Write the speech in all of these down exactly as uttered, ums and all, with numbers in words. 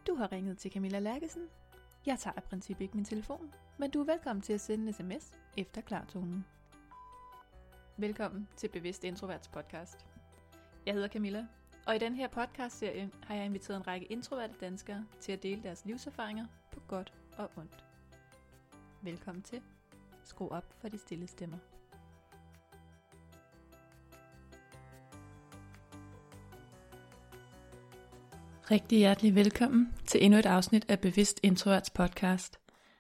Du har ringet til Camilla Lærkesen. Jeg tager af princip ikke min telefon, men du er velkommen til at sende en sms efter klartonen. Velkommen til Bevidst Introverts podcast. Jeg hedder Camilla, og i den her podcastserie har jeg inviteret en række introverte danskere til at dele deres livserfaringer på godt og ondt. Velkommen til. Skru op for de stille stemmer. Rigtig hjertelig velkommen til endnu et afsnit af Bevidst Introverts podcast.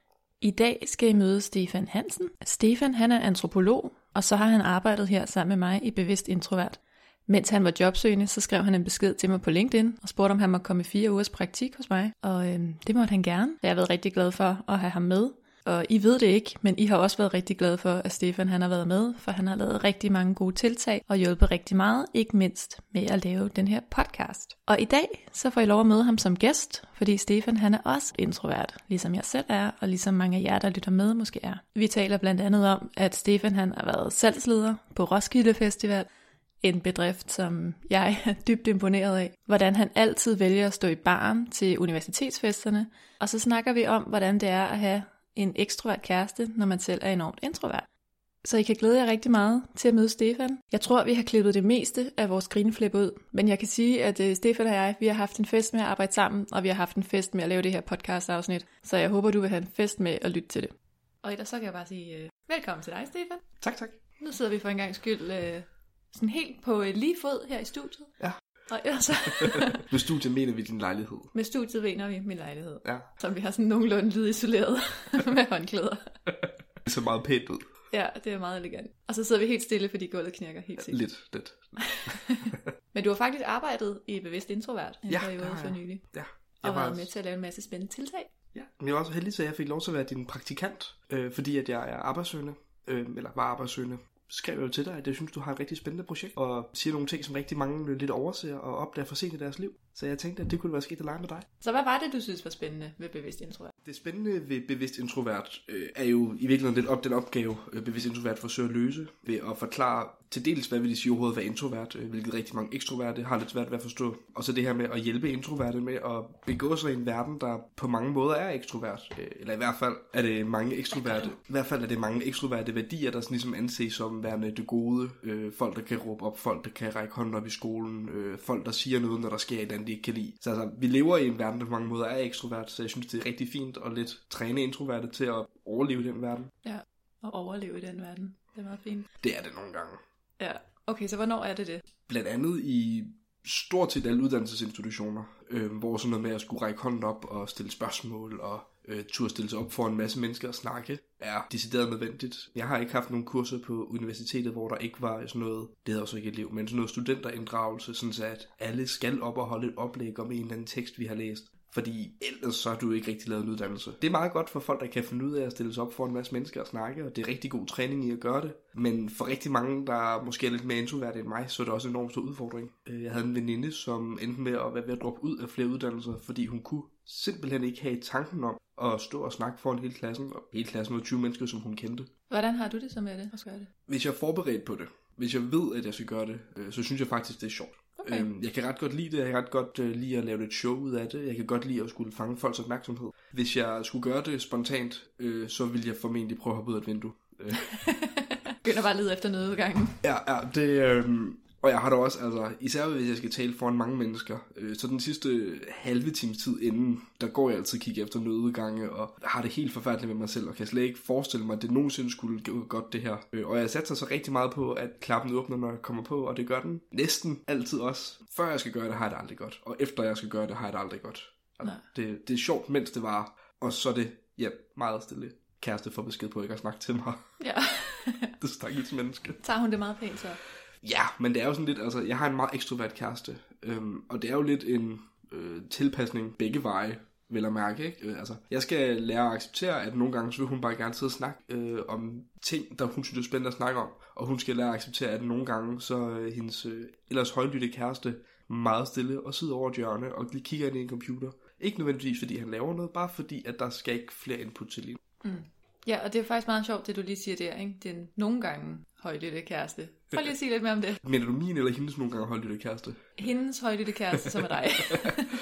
I dag skal I møde Stefan Hansen. Stefan han er antropolog, og så har han arbejdet her sammen med mig i Bevidst Introvert. Mens han var jobsøgende, så skrev han en besked til mig på LinkedIn og spurgte, om han måtte komme i fire ugers praktik hos mig. Og øhm, det måtte han gerne. Jeg har været rigtig glad for at have ham med. Og I ved det ikke, men I har også været rigtig glade for, at Stefan han har været med, for han har lavet rigtig mange gode tiltag og hjulpet rigtig meget, ikke mindst med at lave den her podcast. Og i dag, så får I lov at møde ham som gæst, fordi Stefan han er også introvert, ligesom jeg selv er, og ligesom mange af jer, der lytter med, måske er. Vi taler blandt andet om, at Stefan han har været salgsleder på Roskilde Festival, en bedrift, som jeg er dybt imponeret af. Hvordan han altid vælger at stå i baren til universitetsfesterne, og så snakker vi om, hvordan det er at have en ekstrovert kæreste, når man selv er enormt introvert. Så I kan glæde jer rigtig meget til at møde Stefan. Jeg tror, vi har klippet det meste af vores grineflip ud, men jeg kan sige, at uh, Stefan og jeg, vi har haft en fest med at arbejde sammen, og vi har haft en fest med at lave det her podcast-afsnit, så jeg håber, du vil have en fest med at lytte til det. Og ellers så kan jeg bare sige, uh, velkommen til dig, Stefan. Tak, tak. Nu sidder vi for en gang skyld uh, sådan helt på uh, lige fod her i studiet. Ja. Og ellers så... Med studiet mener vi din lejlighed. Med studiet mener vi min lejlighed. Ja. Som vi har sådan nogenlunde lydisoleret med håndklæder. Det ser meget pænt ud. Ja, det er meget elegant. Og så sidder vi helt stille, fordi gulvet knirker helt sikkert. Lidt, lidt. Men du har faktisk arbejdet i Bevidst Introvert en ja, periode for nylig. Ja. Og været med til at lave en masse spændende tiltag. Ja, men jeg var også heldig, at jeg fik lov til at være din praktikant, øh, fordi at jeg er arbejdssøgende, øh, eller var arbejdssøgende. Skrev jeg jo til dig, at jeg synes, du har et rigtig spændende projekt, og siger nogle ting, som rigtig mange lidt overser og opdager for sent i deres liv. Så jeg tænkte, at det kunne være sket at lege med dig. Så hvad var det, du synes var spændende ved Bevidst Introvert? Det spændende ved Bevidst Introvert øh, er jo i virkeligheden lidt op den opgave, øh, Bevidst Introvert forsøger at løse, ved at forklare til dels, hvad vil det sige overhovedet være introvert, øh, hvilket rigtig mange ekstroverte har lidt svært ved at forstå. Og så det her med at hjælpe introverte med at begå sig i en verden, der på mange måder er ekstrovert. Øh, eller i hvert fald er det mange ekstroverte, i hvert fald er det mange ekstroverte værdier, der sådan ligesom anses som værende det gode. Øh, folk, der kan råbe op, folk, der kan række hånden op i skolen, øh, folk, der siger noget, når der sker et eller andet, de ikke kan lide. Så altså, vi lever i en verden, der på mange måder er ekstrovert, så jeg synes, det er rigtig fint at lidt træne introverte til at overleve i den verden. Ja, og overleve i den verden. Det er meget fint. Det er det nogle gange. Ja, okay, så hvornår er det det? Blandt andet i stort set alle uddannelsesinstitutioner, øh, hvor sådan noget med at skulle række hånden op og stille spørgsmål og øh, turde stille sig op for en masse mennesker og snakke, er decideret nødvendigt. Jeg har ikke haft nogen kurser på universitetet, hvor der ikke var sådan noget, det hedder også ikke et liv, men sådan noget studenterinddragelse, sådan så at alle skal op og holde et oplæg om en eller anden tekst, vi har læst. Fordi ellers så har du ikke rigtig lavet en uddannelse. Det er meget godt for folk, der kan finde ud af at stille sig op for en masse mennesker og snakke, og det er rigtig god træning i at gøre det. Men for rigtig mange, der måske er lidt mere introverte end mig, så er det også en enormt stor udfordring. Jeg havde en veninde, som endte med at være ved at droppe ud af flere uddannelser, fordi hun kunne simpelthen ikke have tanken om at stå og snakke foran hele klassen, og hele klassen var tyve mennesker, som hun kendte. Hvordan har du det så med det? At gøre det? Hvis jeg er forberedt på det, hvis jeg ved, at jeg skal gøre det, så synes jeg faktisk, det er sjovt. Okay. Øhm, jeg kan ret godt lide det, jeg kan ret godt uh, lide at lave et show ud af det, jeg kan godt lide at skulle fange folks opmærksomhed. Hvis jeg skulle gøre det spontant, øh, så ville jeg formentlig prøve at hoppe ud af et vindue. Begynder bare at lede efter nødudgangen. Ja, ja, det... Øh, og jeg har da også, altså, især hvis jeg skal tale foran mange mennesker, øh, så den sidste halve times tid inden, der går jeg altid og kigger efter nødudgange, og har det helt forfærdeligt med mig selv, og kan slet ikke forestille mig, at det nogensinde skulle gå godt det her. Øh, og jeg satser så rigtig meget på, at klappen åbner, når jeg kommer på, og det gør den næsten altid også. Før jeg skal gøre det, har jeg det aldrig godt, og efter jeg skal gøre det, har jeg det aldrig godt. Altså, det, det er sjovt, mens det var, og så er det, ja, meget stille. Kæreste får besked på ikke at snakke til mig. Ja. Det stakkels menneske. Tager hun det meget pænt så? Ja, men det er jo sådan lidt, altså, jeg har en meget ekstrovert kæreste, øhm, og det er jo lidt en øh, tilpasning begge veje, vil jeg mærke, ikke? Øh, altså, jeg skal lære at acceptere, at nogle gange, så vil hun bare gerne sidde og snakke øh, om ting, der hun synes er spændende at snakke om, og hun skal lære at acceptere, at nogle gange, så øh, hendes øh, ellers højlytte kæreste meget stille og sidder over et hjørne og lige kigger ind i en computer. Ikke nødvendigvis, fordi han laver noget, bare fordi, at der skal ikke flere input til lige. Mm. Ja, og det er faktisk meget sjovt, det du lige siger der, ikke? Det er nogle gange højlytte kæreste. Prøv lige at sige lidt mere om det. Mener du min eller hendes nogle gange højlytte kæreste? Hendes højlytte kæreste, som er dig.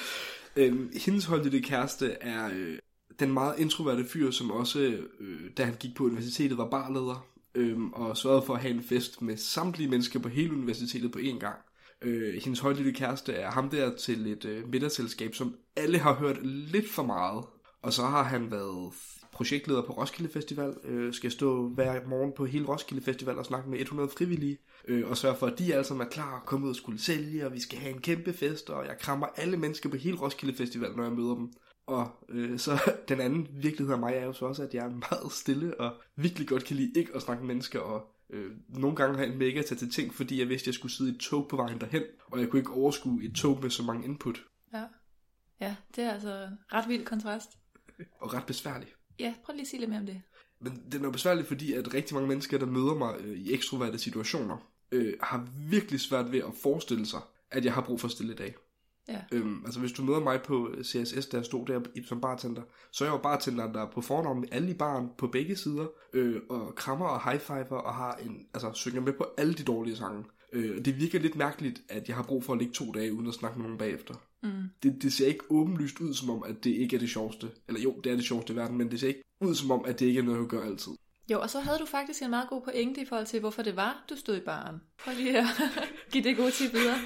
øhm, hendes holdige kæreste er øh, den meget introverte fyr, som også, øh, da han gik på universitetet, var barleder. Øhm, og sørgede for at have en fest med samtlige mennesker på hele universitetet på én gang. Øh, hendes højlille kæreste er ham der til et øh, middagsselskab, som alle har hørt lidt for meget. Og så har han været projektleder på Roskilde Festival, øh, skal stå hver morgen på hele Roskilde Festival og snakke med hundrede frivillige, øh, og sørge for, at de alle sammen er klar og komme ud og skulle sælge, og vi skal have en kæmpe fest, og jeg krammer alle mennesker på hele Roskilde Festival, når jeg møder dem. Og øh, så den anden virkelighed af mig er jo så også, at jeg er meget stille og virkelig godt kan lide ikke at snakke med mennesker, og øh, nogle gange har jeg mega tage til ting, fordi jeg vidste, at jeg skulle sidde i et tog på vejen derhen, og jeg kunne ikke overskue et tog med så mange input. Ja, ja, det er altså ret vild kontrast. Og ret besværligt. Ja, prøv lige at sige lidt mere om det. Men den er besværlig, fordi at rigtig mange mennesker, der møder mig øh, i ekstroverte situationer, øh, har virkelig svært ved at forestille sig, at jeg har brug for stille dag. Ja. Øhm, altså hvis du møder mig på C S S, da jeg stod der som bartender, så er jeg jo bartender, der er på fornavn med alle i baren på begge sider, øh, og krammer og high-fiver og har en, altså synger med på alle de dårlige sange. Øh, det virker lidt mærkeligt, at jeg har brug for at ligge to dage uden at snakke med nogen bagefter. Mm. Det, det ser ikke åbenlyst ud som om, at det ikke er det sjoveste. Eller jo, det er det sjoveste i verden, men det ser ikke ud som om, at det ikke er noget, jeg gør altid. Jo, og så havde du faktisk en meget god pointe i forhold til, hvorfor det var, du stod i baren. Prøv lige at give det gode tip videre.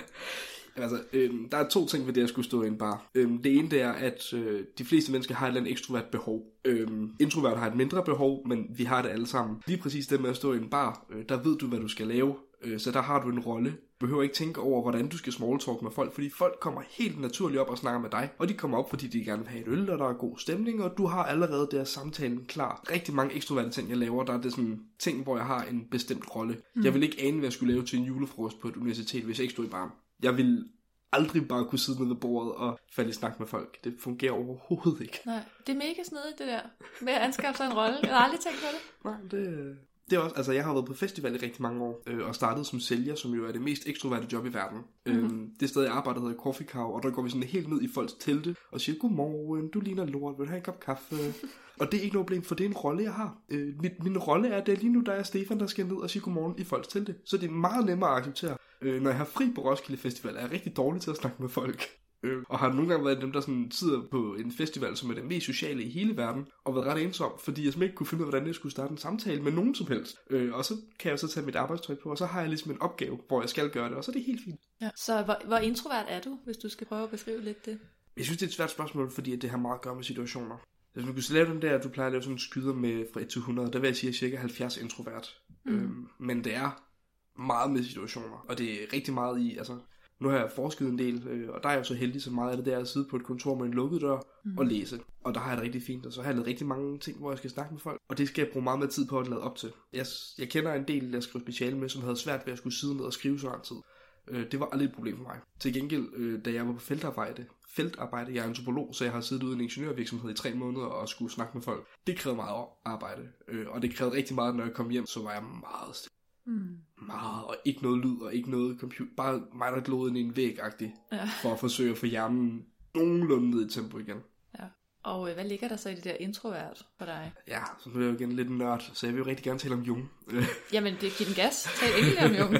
Altså, øh, der er to ting ved det, at skulle stå i en bar. Øh, det ene det er, at øh, de fleste mennesker har et eller andet ekstrovert behov. Øh, introvert har et mindre behov, men vi har det alle sammen. Lige præcis det med at stå i en bar, øh, der ved du, hvad du skal lave. Øh, så der har du en rolle. Du behøver ikke tænke over, hvordan du skal smalltalk med folk, fordi folk kommer helt naturligt op og snakker med dig. Og de kommer op, fordi de gerne vil have et øl, og der er god stemning, og du har allerede der samtalen klar. Rigtig mange ekstroverte ting, jeg laver, der er det sådan ting, hvor jeg har en bestemt rolle. Mm. Jeg vil ikke ane, hvad jeg skulle lave til en julefrokost på et universitet, hvis jeg ikke stod i baren. Jeg vil aldrig bare kunne sidde nede ved bordet og falde i snak med folk. Det fungerer overhovedet ikke. Nej, det er mega snedigt det der, med at anskaffe sig en rolle. Jeg har aldrig tænkt på det. Nej, det, det er også, altså jeg har været på festival i rigtig mange år, øh, og startet som sælger, som jo er det mest ekstroverte job i verden. Mm-hmm. Øh, det sted jeg arbejder hedder Coffee Cow, og der går vi sådan helt ned i folks telte, og siger, godmorgen, du ligner lort, vil du have en kop kaffe? Og det er ikke noget problem, for det er en rolle, jeg har. Øh, min, min rolle er, at det er lige nu, der er Stefan, der skal ned og sige godmorgen i folks telte. Så det er meget nemmere at acceptere. Øh, når jeg har fri på Roskilde Festival, er jeg rigtig dårlig til at snakke med folk. Øh, og har nogle gange været dem, der sådan sidder på en festival, som er det mest sociale i hele verden, og været ret ensom, fordi jeg simpelthen ikke kunne finde ud af, hvordan jeg skulle starte en samtale med nogen som helst. Øh, og så kan jeg så tage mit arbejdstøj på, og så har jeg ligesom en opgave, hvor jeg skal gøre det, og så er det helt fint. Ja. Så hvor, hvor introvert er du, hvis du skal prøve at beskrive lidt det? Jeg synes, det er et svært spørgsmål, fordi det har meget at gøre med situationer. Hvis man kunne lave den der, du plejer at lave sådan en skyder med fra et til hundrede, der vil jeg sige, at jeg er cirka halvfjerds introvert. Mm. Øhm, men det er meget med situationer, og det er rigtig meget i, altså, nu har jeg forsket en del, øh, og der er jeg jo så heldig, så meget af det der at sidde på et kontor med en lukket dør mm. og læse. Og der har jeg det rigtig fint, og så har jeg lavet rigtig mange ting, hvor jeg skal snakke med folk, og det skal jeg bruge meget mere tid på at lade op til. Jeg, jeg kender en del, jeg skriver speciale med, som havde svært ved at skulle sidde ned og skrive så lang tid. Øh, det var aldrig et problem for mig. Til gengæld, øh, da jeg var på feltarbejde, feltarbejde, jeg er antropolog, så jeg har siddet ude i en ingeniørvirksomhed i tre måneder og skulle snakke med folk. Det krævede meget arbejde, øh, og det krævede rigtig meget, når jeg kom hjem, så var jeg meget stille. Mm. Meget, og ikke noget lyd, og ikke noget computer, bare mig, der glod ind i en væg-agtigt, ja. For at forsøge at få hjernen nogenlunde ned i tempo igen. Ja. Og øh, hvad ligger der så i det der introvert for dig? Ja, så nu er jeg jo igen lidt en nørd, så jeg vil jo rigtig gerne tale om Jung. Jamen, det giver den gas. Tal endelig om Jung.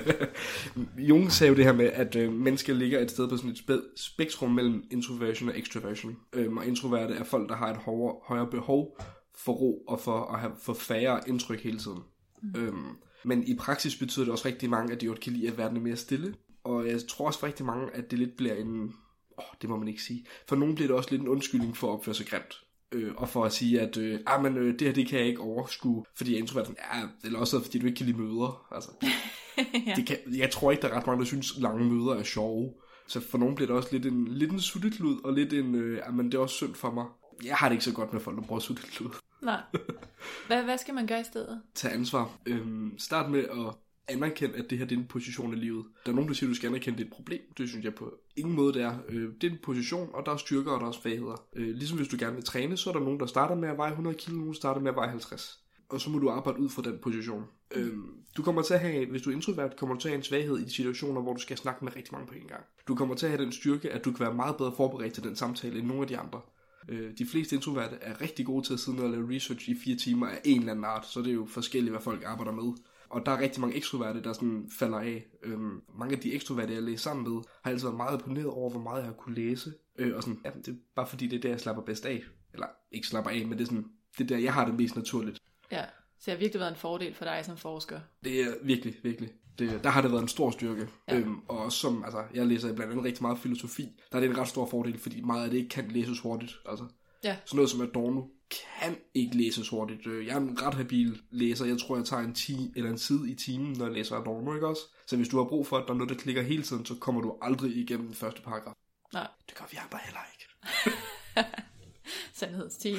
Jung sagde jo det her med, at øh, mennesker ligger et sted på sådan et spe- spektrum mellem introversion og extroversion. Øhm, og introverte er folk, der har et højere, højere behov for ro og for at have for færre indtryk hele tiden. Mm. Øhm, men i praksis betyder det også rigtig mange, at de godt kan lide, at verden er mere stille. Og jeg tror også for rigtig mange, at det lidt bliver en... Åh, oh, det må man ikke sige. For nogen bliver det også lidt en undskyldning for at opføre sig grimt. Øh, og for at sige, at øh, ah, men, øh, det her det kan jeg ikke overskue, fordi jeg er introvert. Ja, eller også fordi du ikke kan lide møder. Altså, ja. det kan, jeg tror ikke, der er ret mange, der synes, lange møder er sjove. Så for nogen bliver det også lidt en, lidt en sutteklud, og lidt en, øh, ah, men det er også synd for mig. Jeg har det ikke så godt med folk, der bruger sutteklud. Nej. Hvad, hvad skal man gøre i stedet? Tag ansvar. Øhm, start med at anerkende, at det her det er en position i livet. Der er nogen, der siger, at du skal anerkende, at det er et problem. Det synes jeg på ingen måde, det er. Øh, det er en position, og der er styrker, og der er svagheder. Øh, ligesom hvis du gerne vil træne, så er der nogen, der starter med at veje hundrede kilo, nogen starter med at veje halvtreds. Og så må du arbejde ud fra den position. Mm. Øh, du kommer til at have, hvis du er introvert, kommer du til at have en svaghed i de situationer, hvor du skal snakke med rigtig mange på en gang. Du kommer til at have den styrke, at du kan være meget bedre forberedt til den samtale, end nogle af de andre. De fleste introverte er rigtig gode til at sidde og lave research i fire timer af en eller anden art, så det er jo forskelligt, hvad folk arbejder med. Og der er rigtig mange ekstroverte, der sådan falder af. Øhm, mange af de ekstroverte, jeg læser sammen med, har altid været meget imponeret over, hvor meget jeg har kunne læse. Øh, og sådan, ja, det er bare fordi, det er der, jeg slapper bedst af. Eller ikke slapper af, men det er sådan, det er der, jeg har det mest naturligt. Ja, så det har virkelig været en fordel for dig som forsker. Det er virkelig, virkelig. Det, der har det været en stor styrke. Ja. Øhm, og også som, altså, jeg læser blandt andet rigtig meget filosofi. Der er det en ret stor fordel, fordi meget af det ikke kan læses hurtigt. Altså, ja. Sådan noget som Adorno kan ikke læses hurtigt. Jeg er en ret habil læser. Jeg tror, jeg tager en, ti, eller en side i timen, når jeg læser Adorno, ikke også? Så hvis du har brug for, at der er noget, der klikker hele tiden, så kommer du aldrig igennem den første paragraf. Nej. Det gør vi andre heller ikke. Sandhedstime.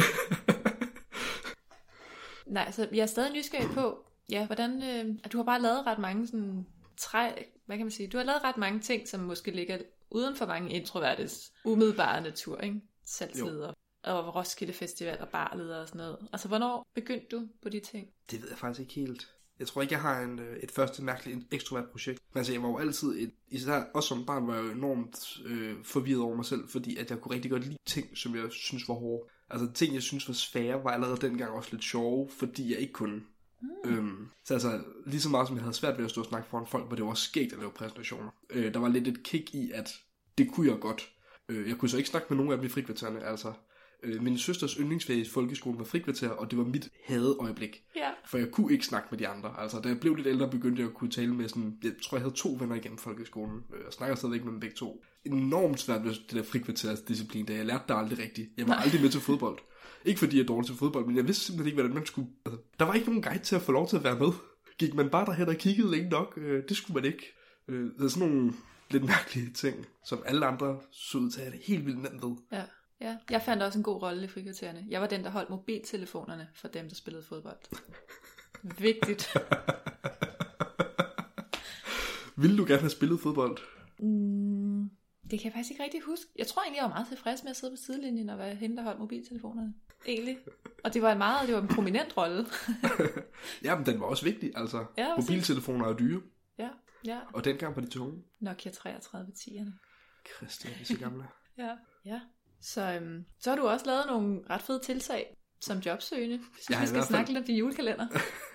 Nej, så jeg er stadig nysgerrig på, ja, hvordan, øh, at du har bare lavet ret mange sådan træ, hvad kan man sige, du har lavet ret mange ting, som måske ligger uden for mange introvertes umiddelbare natur, ikke? Salgsleder og Roskilde Festival og barleder og sådan noget. Altså, hvornår begyndte du på de ting? Det ved jeg faktisk ikke helt. Jeg tror ikke, jeg har en, et første mærkeligt ekstrovert projekt. Men altså, jeg var jo altid, et, især også som barn, var jeg jo enormt øh, forvirret over mig selv, fordi at jeg kunne rigtig godt lide ting, som jeg synes var hårde. Altså, ting, jeg synes var svære, var allerede dengang også lidt sjove, fordi jeg ikke kunne. Mm. Øhm, så altså, lige så meget som jeg havde svært ved at stå og snakke foran folk, hvor det var skægt at lave præsentationer. Øh, der var lidt et kick i, at det kunne jeg godt. Øh, jeg kunne så ikke snakke med nogen af dem i frikvartererne, altså. Min søsters yndlingsfag i folkeskolen var frikvarter, og det var mit hadeøjeblik. Ja. For jeg kunne ikke snakke med de andre. Altså, da jeg blev lidt ældre, begyndte jeg at kunne tale med sådan, jeg tror, jeg havde to venner igennem folkeskolen. Jeg snakker stadigvæk med dem begge to. Enormt svært ved det der frikvartersdisciplin, da jeg lærte det aldrig rigtigt. Jeg var Nej. aldrig med til fodbold. Ikke fordi jeg er dårlig til fodbold, men jeg vidste simpelthen ikke, hvordan man skulle. Altså, der var ikke nogen guide til at få lov til at være med. Gik man bare derhen og kiggede længe nok? Det skulle man ikke. Der er sådan nogle lidt mærkelige ting, som alle andre så ud til at have det helt vildt nemt ved. Ja. Ja, jeg fandt også en god rolle i frikvartererne. Jeg var den, der holdt mobiltelefonerne for dem, der spillede fodbold. Vigtigt. Ville du gerne have spillet fodbold? Mm, det kan jeg faktisk ikke rigtig huske. Jeg tror egentlig, jeg var meget tilfreds med at sidde på sidelinjen og være hende, der holdt mobiltelefonerne. Egentlig. Og det var en meget, det var en prominent rolle. Ja, men den var også vigtig, altså. Ja, mobiltelefoner er dyre. Ja, ja. Og dengang var de tunge. Nokia treogtredive tierne. Christian, vi er så gamle. Ja, ja. Så, øhm, så har du også lavet nogle ret fede tiltag som jobsøgende. Så ja, vi skal snakke lidt om din julekalender.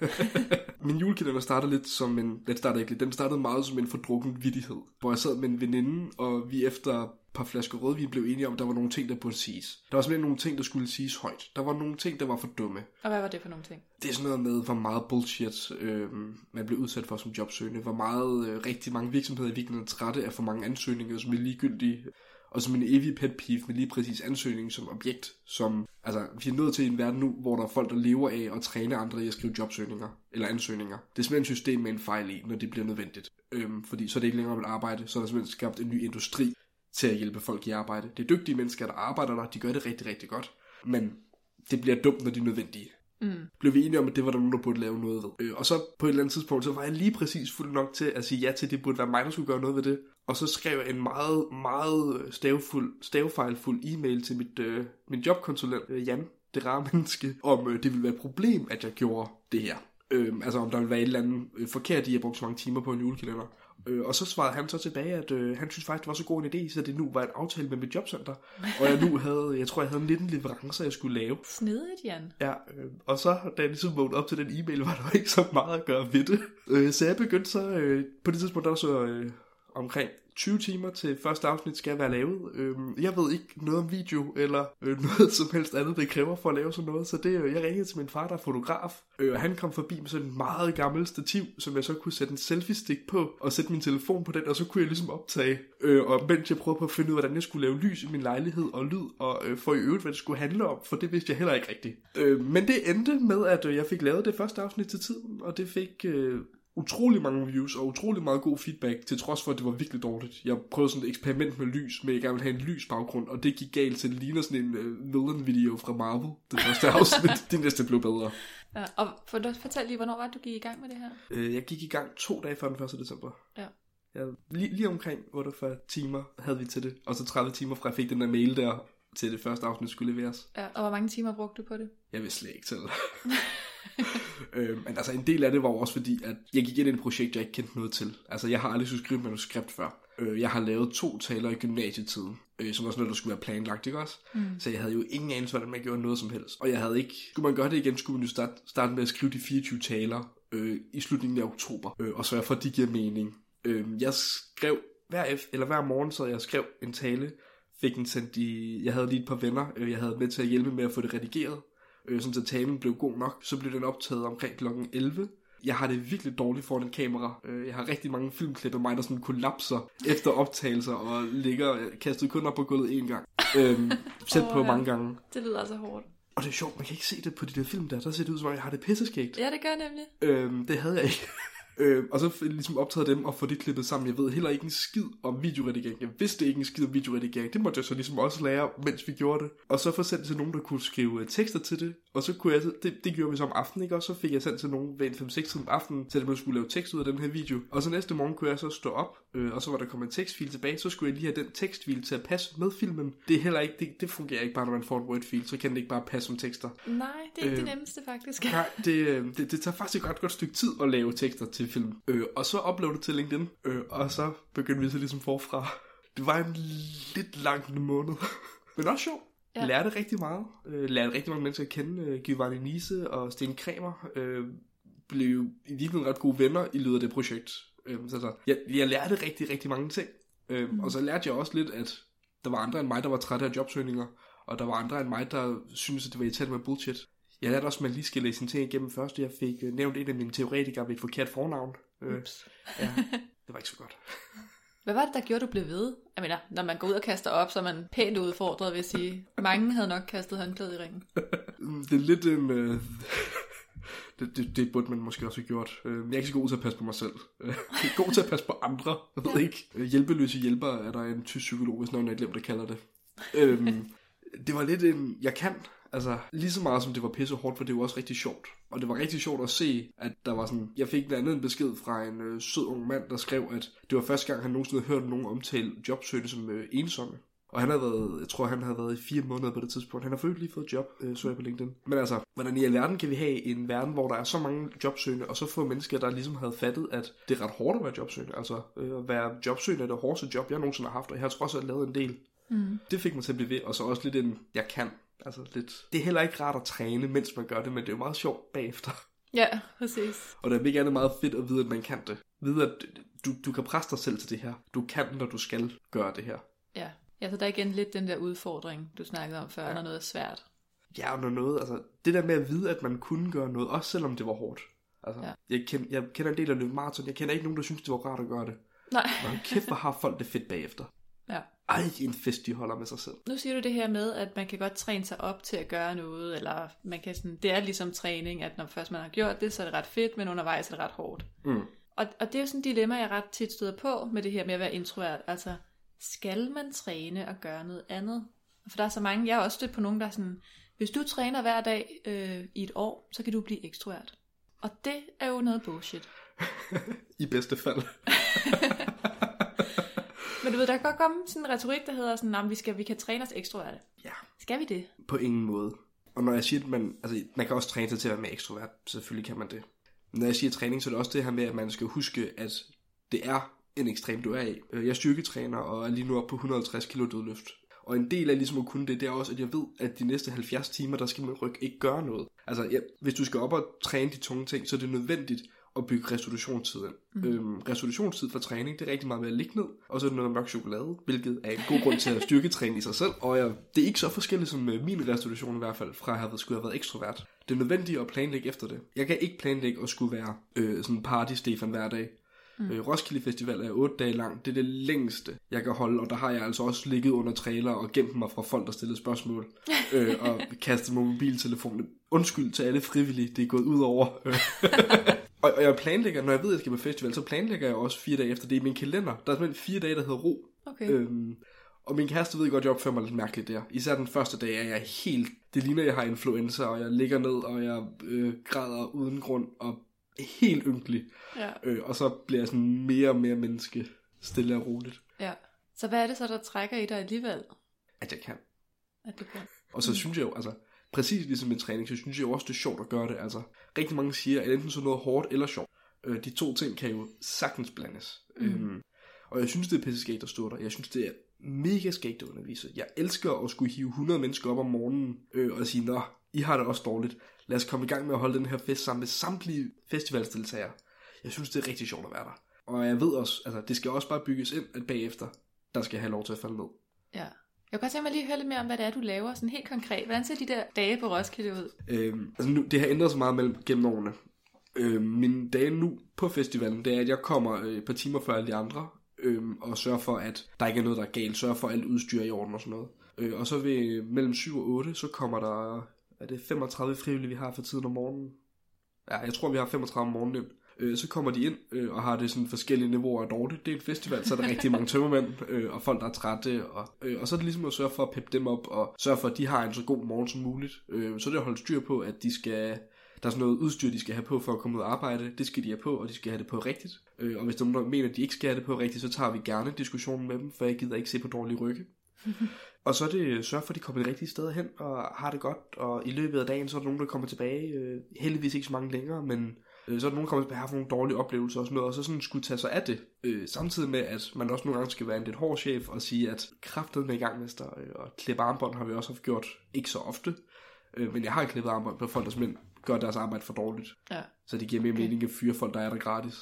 Min julekalender startede lidt som en... Den startede ikke lidt. Den startede meget som en fordrukken vittighed. Hvor jeg sad med en veninde, og vi efter et par flasker rødvin blev enige om, at der var nogle ting, der burde siges. Der var simpelthen nogle ting, der skulle siges højt. Der var nogle ting, der var for dumme. Og hvad var det for nogle ting? Det er sådan noget med, hvor meget bullshit øh, man blev udsat for som jobsøgende. Hvor meget øh, rigtig mange virksomheder i virkeligheden er trætte af for mange ansøgninger, som er ligegyldige. Og som en evig pet peeve med lige præcis ansøgning som objekt, som, altså, vi er nødt til en verden nu, hvor der er folk, der lever af at træne andre i at skrive jobsøgninger, eller ansøgninger. Det er simpelthen et system med en fejl i, når det bliver nødvendigt. Øhm, fordi så er det ikke længere et arbejde, så er der simpelthen skabt en ny industri til at hjælpe folk i arbejde. Det er dygtige mennesker, der arbejder der, de gør det rigtig, rigtig godt, men det bliver dumt, når de er nødvendige. Mm. Blev vi enige om, at det var der nogen, der burde lave noget ved. Øh, og så på et eller andet tidspunkt, så var jeg lige præcis fuld nok til at sige ja til, at det burde være mig, der skulle gøre noget ved det. Og så skrev jeg en meget, meget stavefuld, stavefejlfuld e-mail til mit, øh, min jobkonsulent, øh, Jan, det rare menneske, om øh, det ville være et problem, at jeg gjorde det her. Øh, altså om der ville være et eller andet øh, forkert i, at jeg brugte så mange timer på en julekalender. Øh, og så svarede han så tilbage, at øh, han synes faktisk, det var så god en idé, så det nu var en aftale med mit jobcenter. Og jeg nu havde, jeg tror, jeg havde nitten leverancer, jeg skulle lave. Snedigt, Jan. Ja, øh, og så, da jeg ligesom vågnede op til den e-mail, var der ikke så meget at gøre ved det. Øh, så jeg begyndte så, øh, på det tidspunkt, der var så øh, omkring tyve timer til første afsnit skal være lavet. Øhm, jeg ved ikke noget om video, eller øh, noget som helst andet, det kræver for at lave sådan noget. Så det, øh, jeg ringede til min far, der er fotograf, øh, og han kom forbi med sådan en meget gammel stativ, som jeg så kunne sætte en selfie-stik på, og sætte min telefon på den, og så kunne jeg ligesom optage. Øh, og mens jeg prøvede på at finde ud af, hvordan jeg skulle lave lys i min lejlighed, og lyd, og øh, for i øvrigt, hvad det skulle handle om, for det vidste jeg heller ikke rigtigt. Øh, men det endte med, at øh, jeg fik lavet det første afsnit til tiden, og det fik... Øh, utrolig mange views og utrolig meget god feedback, til trods for, at det var virkelig dårligt. Jeg prøvede sådan et eksperiment med lys, men jeg gerne ville have en lys baggrund, og det gik galt, så det ligner sådan en uh, villain-video fra Marvel, det første afsnit. Det næste blev bedre. Ja, og for du fortæl lige, hvornår var det, du gik i gang med det her? Uh, jeg gik i gang to dage før den første december. Ja. Jeg, lige, lige omkring otteogfyrre timer havde vi til det, og så tredive timer fra jeg fik den der mail der, til det første afsnit skulle leveres. Ja, og hvor mange timer brugte du på det? Jeg vil slet ikke til. øh, men altså en del af det var også fordi, at jeg gik ind i et projekt, jeg ikke kendte noget til. Altså jeg har aldrig skulle skrive manuskript før. Øh, jeg har lavet to taler i gymnasietiden, øh, som var sådan noget, der skulle være planlagt, ikke også? Mm. Så jeg havde jo ingen anelse, hvordan man gjorde noget som helst. Og jeg havde ikke... Skulle man gøre det igen, skulle man jo starte, starte med at skrive de fireogtyve taler, øh, i slutningen af oktober, øh, og sørge for, at de giver mening. Øh, jeg skrev hver, eller hver morgen, så jeg skrev en tale, fik den sendt i, jeg havde lige et par venner, øh, jeg havde med til at hjælpe med at få det redigeret, øh, sådan så talen blev god nok. Så blev den optaget omkring klokken elleve. Jeg har det virkelig dårligt foran en kamera. Jeg har rigtig mange filmklip af mig, der sådan kollapser efter optagelser og ligger kastet kun op på gulvet en gang. Øhm, Sæt oh, på ja. mange gange. Det lyder altså hårdt. Og det er sjovt, man kan ikke se det på de der film der. Der ser det ud som om, jeg har det pisseskægt. Ja, det gør nemlig. Øhm, det havde jeg ikke. Øh, og så ligesom optaget dem og få det klippet sammen. Jeg ved heller ikke en skid om videoredigering. Jeg vidste ikke en skid om videoredigering. Det måtte jeg så ligesom også lære, mens vi gjorde det. Og så få sendt til nogen, der kunne skrive tekster til det. Og så kunne jeg, det, det gjorde vi så om aftenen, ikke? Og så fik jeg sendt til nogen ved en fem seks tiden om aftenen, til at man skulle lave tekst ud af den her video. Og så næste morgen kunne jeg så stå op, øh, og så var der kommet en tekstfil tilbage. Så skulle jeg lige have den tekstfil til at passe med filmen. Det er heller ikke, det, det fungerer ikke bare, når man får en Word-fil. Så kan det ikke bare passe som tekster. Nej, det er ikke øh, det nemmeste faktisk. Nej, det, det, det tager faktisk et ret godt stykke tid at lave tekster til film. Øh, og så uploadede til LinkedIn, øh, og så begyndte vi så ligesom forfra. Det var en lidt lang måned, men også sjov. Ja. Lærte rigtig meget. Øh, lærte rigtig mange mennesker at kende. Øh, Giovanni Nise og Sten Kramer øh, blev i virkeligheden ret gode venner i løbet af det projekt. Øh, så, så jeg, jeg lærte rigtig, rigtig mange ting. Øh, mm. Og så lærte jeg også lidt, at der var andre end mig, der var trætte af jobsøgninger, og der var andre end mig, der syntes, at det var irriterende med bullshit. Jeg lærte også, at man lige skal læse en ting igennem først. Jeg fik nævnt en af mine teoretikere ved et forkert fornavn. Ups. Ja, det var ikke så godt. Hvad var det, der gjorde, du blev ved? Jeg mener, når man går ud og kaster op, så er man pænt udfordret, vil jeg sige. Mange havde nok kastet håndklædet i ringen. Det er lidt en... Øh... Det, det, det burde man måske også have gjort. Jeg er ikke så god til at passe på mig selv. Jeg er god til at passe på andre. Jeg ved ikke. Hjælpeløse hjælpere er der en tysk psykolog, hvis nogen er glemt at kalde det. Øhm, det var lidt en... Jeg kan... Altså, lige så meget som det var pisse hårdt, for det var også rigtig sjovt. Og det var rigtig sjovt at se, at der var sådan... Jeg fik blandt andet en besked fra en øh, sød ung mand, der skrev, at det var første gang, han nogensinde havde hørt nogen omtale jobsøgende som øh, ensomme. Og han havde været, jeg tror, han havde været i fire måneder på det tidspunkt. Han har fået lige fået job, øh, så jeg på LinkedIn. Men altså, hvordan i alverden kan vi have en verden, hvor der er så mange jobsøgende, og så få mennesker, der ligesom havde fattet, at det er ret hårdt at være jobsøgende. Altså, øh, at være jobsøgende er det hårdeste job, jeg nogensinde har haft, og jeg har trods alt lavet en del. Mm. Det fik mig til at blive ved, og så også lidt en, jeg kan. Altså lidt. Det er heller ikke rart at træne, mens man gør det, men det er jo meget sjovt bagefter. Ja, præcis. Og det er ikke andet meget fedt at vide, at man kan det. Vide, at du, du kan presse dig selv til det her. Du kan, når du skal gøre det her. Ja, ja, så der er igen lidt den der udfordring, du snakkede om før, ja. Når noget er svært. Ja, og når noget, altså det der med at vide, at man kunne gøre noget, også selvom det var hårdt. Altså, ja. jeg, kend, jeg kender en del af løb maraton, jeg kender ikke nogen, der synes, det var rart at gøre det. Nej. Men kæft, hvor har folk det fedt bagefter. Ja. Ej, en fest, de holder med sig selv. Nu siger du det her med, at man kan godt træne sig op til at gøre noget, eller man kan sådan, det er ligesom træning, at når først man har gjort det, så er det ret fedt, men undervejs er det ret hårdt. Mm. Og, og det er jo sådan et dilemma, jeg ret tit støder på med det her med at være introvert. Altså, skal man træne og gøre noget andet? For der er så mange, jeg har også stødt på nogen, der er sådan, hvis du træner hver dag øh, i et år, så kan du blive ekstrovert. Og det er jo noget bullshit. I bedste fald. Men du ved, der kan godt komme sådan en retorik, der hedder sådan, at vi, skal, vi kan træne os ekstroverte. Ja. Skal vi det? På ingen måde. Og når jeg siger, at man, altså, man kan også træne sig til at være mere ekstrovert, selvfølgelig kan man det. Når jeg siger træning, så er det også det her med, at man skal huske, at det er en ekstrem, du er i. Jeg er styrketræner og er lige nu oppe på et hundrede og halvtreds kilo dødløft. Og en del af ligesom at kunne det, det er også, at jeg ved, at de næste halvfjerds timer, der skal min ryg ikke gøre noget. Altså, ja, hvis du skal op og træne de tunge ting, så er det nødvendigt at bygge restitutionstid ind. Mm. Øhm, restitutionstid for træning, det er rigtig meget med at ligge ned, og så er det noget mørk chokolade, hvilket er en god grund til at styrketræne i sig selv. Og ja, det er ikke så forskelligt som min restitution i hvert fald, fra at have, skulle have været ekstrovert. Det er nødvendigt at planlægge efter det. Jeg kan ikke planlægge at skulle være øh, sådan party Stefan hver dag. Mm. Øh, Roskilde Festival er otte dage lang. Det er det længste, jeg kan holde, og der har jeg altså også ligget under trailer og gemt mig fra folk, der stillede spørgsmål, øh, og kastet mig mobiltelefonen. Undskyld til alle frivillige, det er gået ud over. Og jeg planlægger, når jeg ved, at jeg skal på festival, så planlægger jeg også fire dage efter det i min kalender. Der er simpelthen fire dage, der hedder ro. Okay. Øhm, og min kæreste ved godt, at jeg opfører mig lidt mærkeligt der. Især den første dag er jeg helt... Det ligner, at jeg har influenza, og jeg ligger ned, og jeg øh, græder uden grund, og helt ynkelig. Ja. Øh, og så bliver jeg sådan mere og mere menneske, stille og roligt. Ja. Så hvad er det så, der trækker i dig alligevel? At jeg kan. At du kan. Og så mm. synes jeg jo, altså... Præcis ligesom med træning, så synes jeg jo også, det er sjovt at gøre det. Altså, rigtig mange siger, at enten så noget hårdt eller sjovt. Øh, de to ting kan jo sagtens blandes. Mm. Øhm, og jeg synes, det er pisse skægt at stå der. Jeg synes, det er mega skægt at undervise. Jeg elsker at skulle hive hundrede mennesker op om morgenen øh, og sige, nå, I har det også dårligt. Lad os komme i gang med at holde den her fest sammen med samtlige festivalsdeltagere. Jeg synes, det er rigtig sjovt at være der. Og jeg ved også, altså det skal også bare bygges ind, at bagefter, der skal jeg have lov til at falde ned. Ja. Jeg kan godt tænke mig lige at høre lidt mere om, hvad det er, du laver, sådan helt konkret. Hvordan ser de der dage på Roskilde ud? Øhm, altså nu, det har ændret sig meget mellem, gennem årene. Øhm, mine dage nu på festivalen, det er, at jeg kommer øh, et par timer før alle de andre, øhm, og sørger for, at der ikke er noget, der er galt. Sørger for, at alt udstyr er i orden og sådan noget. Øh, og så ved mellem syv og otte, så kommer der, er det femogtredive frivillige, vi har for tiden om morgenen? Ja, jeg tror, vi har femogtredive om morgenen. Øh, så kommer de ind øh, og har det sådan forskellige niveauer af dårligt. Det er en festival, så er der rigtig mange tømmermænd øh, og folk, der er trætte. Og, øh, og så er det ligesom at sørge for at peppe dem op og sørge for, at de har en så god morgen som muligt. Øh, så er det at holde styr på, at de skal, der er sådan noget udstyr, de skal have på for at komme ud og arbejde. Det skal de have på, og de skal have det på rigtigt. Øh, og hvis der er nogen, der mener, at de ikke skal have det på rigtigt, så tager vi gerne diskussionen med dem, for jeg gider ikke se på dårlige rygge. Og så er det sørge for, at de kommer de rigtige steder hen og har det godt. Og i løbet af dagen, så er der nogen, der kommer tilbage. Øh, heldigvis ikke så mange længere, men øh, så er der nogen, der kommer tilbage og har nogle dårlige oplevelser og sådan noget. Og så sådan skulle tage sig af det. Øh, samtidig med, at man også nogle gange skal være en lidt hård chef og sige, at kraftet med i gang, mester. Øh, og klippe armbånd har vi også haft gjort ikke så ofte. Øh, men jeg har klippet armbånd på folk, der simpelthen gør deres arbejde for dårligt. Ja. Så det giver mere okay. mening at fyre folk, der er der gratis.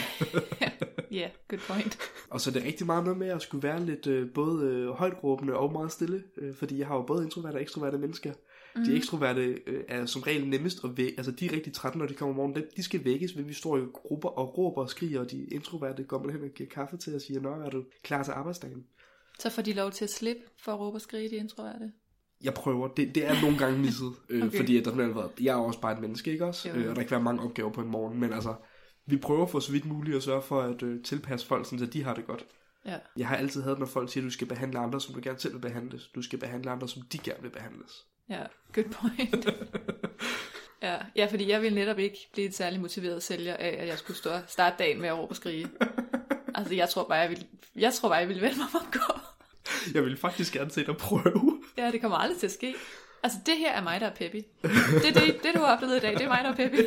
Ja, yeah, good point. Og så er det rigtig meget noget med at skulle være lidt øh, både øh, højtråbende og meget stille, øh, fordi jeg har jo både introverte og ekstroverte mennesker. Mm. De ekstroverte øh, er som regel nemmest at vække, altså de er rigtig trætte, når de kommer om morgenen. De skal vækkes, men vi står i grupper og råber og skriger, og de introverte går man hen og giver kaffe til og siger, nå, er du klar til arbejdsdagen? Så får de lov til at slippe for at råbe og skrige, de introverte? Jeg prøver. Det, det er nogle gange misset, øh, okay. fordi at der bliver været, jeg er også bare et menneske, ikke også? Øh, og der kan være mange opgaver på en morgen, men altså vi prøver for så vidt muligt at sørge for at øh, tilpasse folk, så de har det godt. Ja. Jeg har altid haft, når folk siger, at du skal behandle andre, som du gerne selv vil behandles. Du skal behandle andre, som de gerne vil behandles. Ja, good point. ja. ja, fordi jeg ville netop ikke blive et særlig motiveret sælger af, at jeg skulle stå og starte dagen med at råbe og skrige. Altså, jeg tror bare, jeg ville, jeg tror bare, jeg ville vende mig om at gå. Jeg ville faktisk gerne se dig prøve. Ja, det kommer aldrig til at ske. Altså, det her er mig, der er peppy. Det, det, det du har oplevet i dag, det er mig, der er peppy.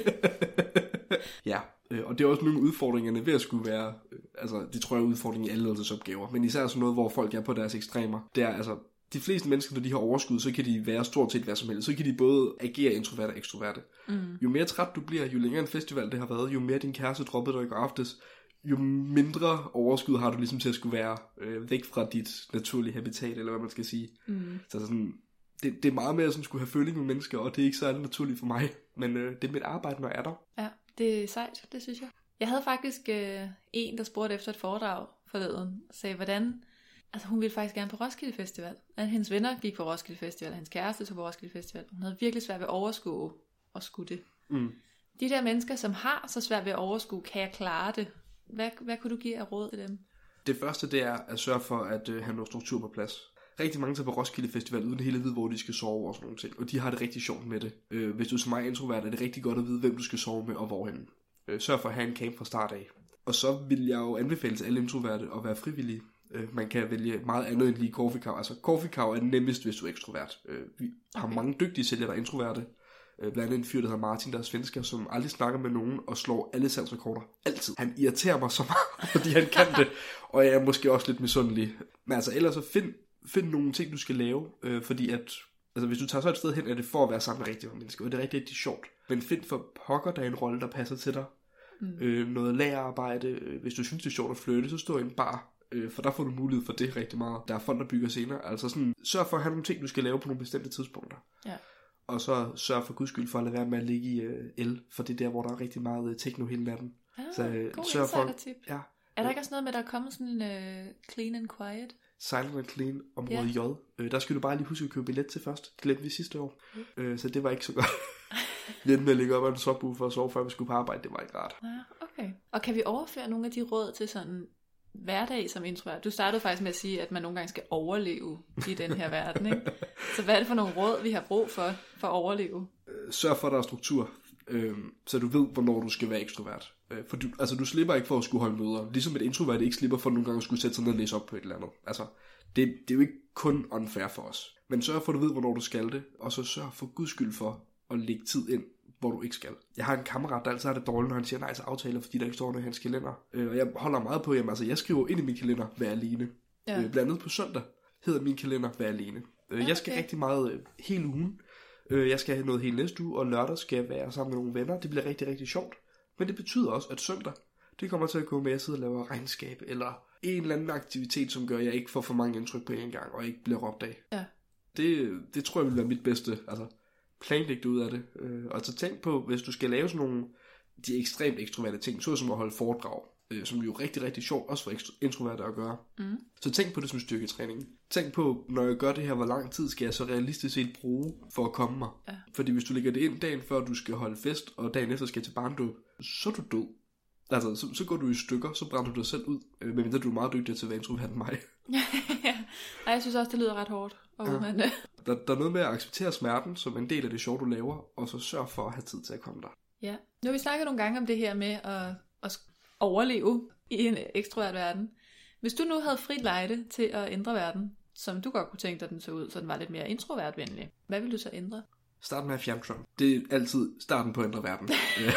Ja, og det er også nogle af udfordringerne ved at skulle være, altså det tror jeg er udfordringen i alle ledelsesopgaver, men især sådan noget, hvor folk er på deres ekstremer. Det er altså, de fleste mennesker, når de har overskud, så kan de være stort set hvad som helst. Så kan de både agere introverte og ekstroverte. Mm. Jo mere træt du bliver, jo længere en festival det har været, jo mere din kæreste droppede dig i går aftes, jo mindre overskud har du ligesom til at skulle være øh, væk fra dit naturlige habitat, eller hvad man skal sige. Mm. Så sådan, det, det er meget mere, at skulle have føling med mennesker, og det er ikke så naturligt for mig. Men øh, det er mit arbejde, når jeg er der. Ja, det er sejt, det synes jeg. Jeg havde faktisk øh, en, der spurgte efter et foredrag forleden, og sagde, hvordan, altså hun ville faktisk gerne på Roskilde Festival. At hendes venner gik på Roskilde Festival, hendes kæreste tog på Roskilde Festival. Hun havde virkelig svært ved at overskue og skulle det. Mm. De der mennesker, som har så svært ved at overskue, kan jeg klare det? Hvad, hvad kunne du give af råd til dem? Det første, det er at sørge for at øh, have noget struktur på plads. Rigtig mange tager på Roskilde Festival uden hele at vide, hvor de skal sove og sådan nogle ting. Og de har det rigtig sjovt med det. Øh, hvis du som mig er introvert, er det rigtig godt at vide, hvem du skal sove med og hvorhen. Øh, sørg for at have en camp fra start af. Og så vil jeg jo anbefale til alle introverte at være frivillige. Øh, man kan vælge meget andet end lige Coffee Cow. Altså Coffee Cow er nemmest, hvis du er ekstrovert. Øh, vi har okay. mange dygtige sælgere, der er introverte. Øh, blandt andet en fyr, der hedder Martin, der er svensker, som aldrig snakker med nogen og slår alle salgsrekorder. Altid. Han irriterer mig så meget, fordi han kan det. Og jeg er måske også lidt misundelig. Men altså ellers så find Find nogle ting, du skal lave, øh, fordi at, altså hvis du tager så et sted hen, er det for at være sammen med rigtige mennesker, og det er rigtig, rigtig sjovt. Men find for pokker, der er en rolle, der passer til dig. Mm. Øh, noget lagerarbejde, øh, hvis du synes, det er sjovt at flytte, så stå i en bar, øh, for der får du mulighed for det rigtig meget. Der er folk, der bygger senere, altså sådan, sørg for at have nogle ting, du skal lave på nogle bestemte tidspunkter. Ja. Og så sørg for guds skyld for at lade være med at ligge i øh, el, for det er der, hvor der er rigtig meget øh, techno hele natten. Ah, så øh, god sørg for, ja. Er der ikke også noget med, at der er kommet sådan en uh, clean and quiet? Silent and Clean, område yeah. J. Øh, der skulle du bare lige huske at købe billet til først. Det glemte vi sidste år. Mm. Øh, så det var ikke så godt. Vi endte med at ligge op af en subwoofer for at sove, før vi skulle på arbejde. Det var ikke rart. Ja, okay. Og kan vi overføre nogle af de råd til sådan hverdag som introvert? Du startede faktisk med at sige, at man nogle gange skal overleve i den her verden, ikke? Så hvad er det for nogle råd, vi har brug for, for at overleve? Øh, sørg for, at der er struktur. Øh, så du ved, hvornår du skal være ekstrovert. Øh, for du, altså, du slipper ikke for at skulle holde møder. Ligesom et introvert ikke slipper for nogle gange at skulle sætte sig ned og læse op på et eller andet. Altså, det, det er jo ikke kun unfair for os. Men sørg for, at du ved, hvornår du skal det. Og så sørg for guds skyld for at lægge tid ind, hvor du ikke skal. Jeg har en kammerat, der altid har det dårligt, når han siger nej til aftaler, fordi der ikke står noget i hans kalender. Øh, og jeg holder meget på, jamen, altså, jeg skriver ind i min kalender, vær alene. Ja. Øh, blandt andet på søndag hedder min kalender, vær alene. Øh, okay. Jeg skal rigtig meget øh, hele ugen. Øh, jeg skal have noget hele næste uge, og lørdag skal jeg være sammen med nogle venner. Det bliver rigtig, rigtig sjovt. Men det betyder også, at søndag, det kommer til at gå med at sidde og lave regnskab, eller en eller anden aktivitet, som gør, at jeg ikke får for mange indtryk på en gang, og ikke bliver råbt af. Ja. Det, det tror jeg vil være mit bedste, altså planlægge ud af det. Øh, og så tænk på, hvis du skal lave sådan nogle, de ekstremt ekstroverte ting, så som at holde foredrag, øh, som jo er rigtig, rigtig sjovt, også for introverte at gøre. Mm. Så tænk på det som styrketræning. Tænk på, når jeg gør det her, hvor lang tid skal jeg så realistisk set bruge for at komme mig. Ja. Fordi hvis du lægger det ind dagen før, du skal holde fest, og dagen efter skal til barndåb, så er du død. Altså, så, så går du i stykker, så brænder du dig selv ud, øh, medmindre du er meget dygtig til at være introvert end mig. Ja, jeg synes også, det lyder ret hårdt. Og ja. Men, der, der er noget med at acceptere smerten som en del af det sjov, du laver, og så sørg for at have tid til at komme der. Ja, nu har vi snakket nogle gange om det her med at, at overleve i en ekstrovert verden. Hvis du nu havde frit lejde til at ændre verden, som du godt kunne tænke dig, den så ud, så den var lidt mere introvertvenlig, hvad vil du så ændre? Start med at fjerne Trump. Det er altid starten på at ændre verden.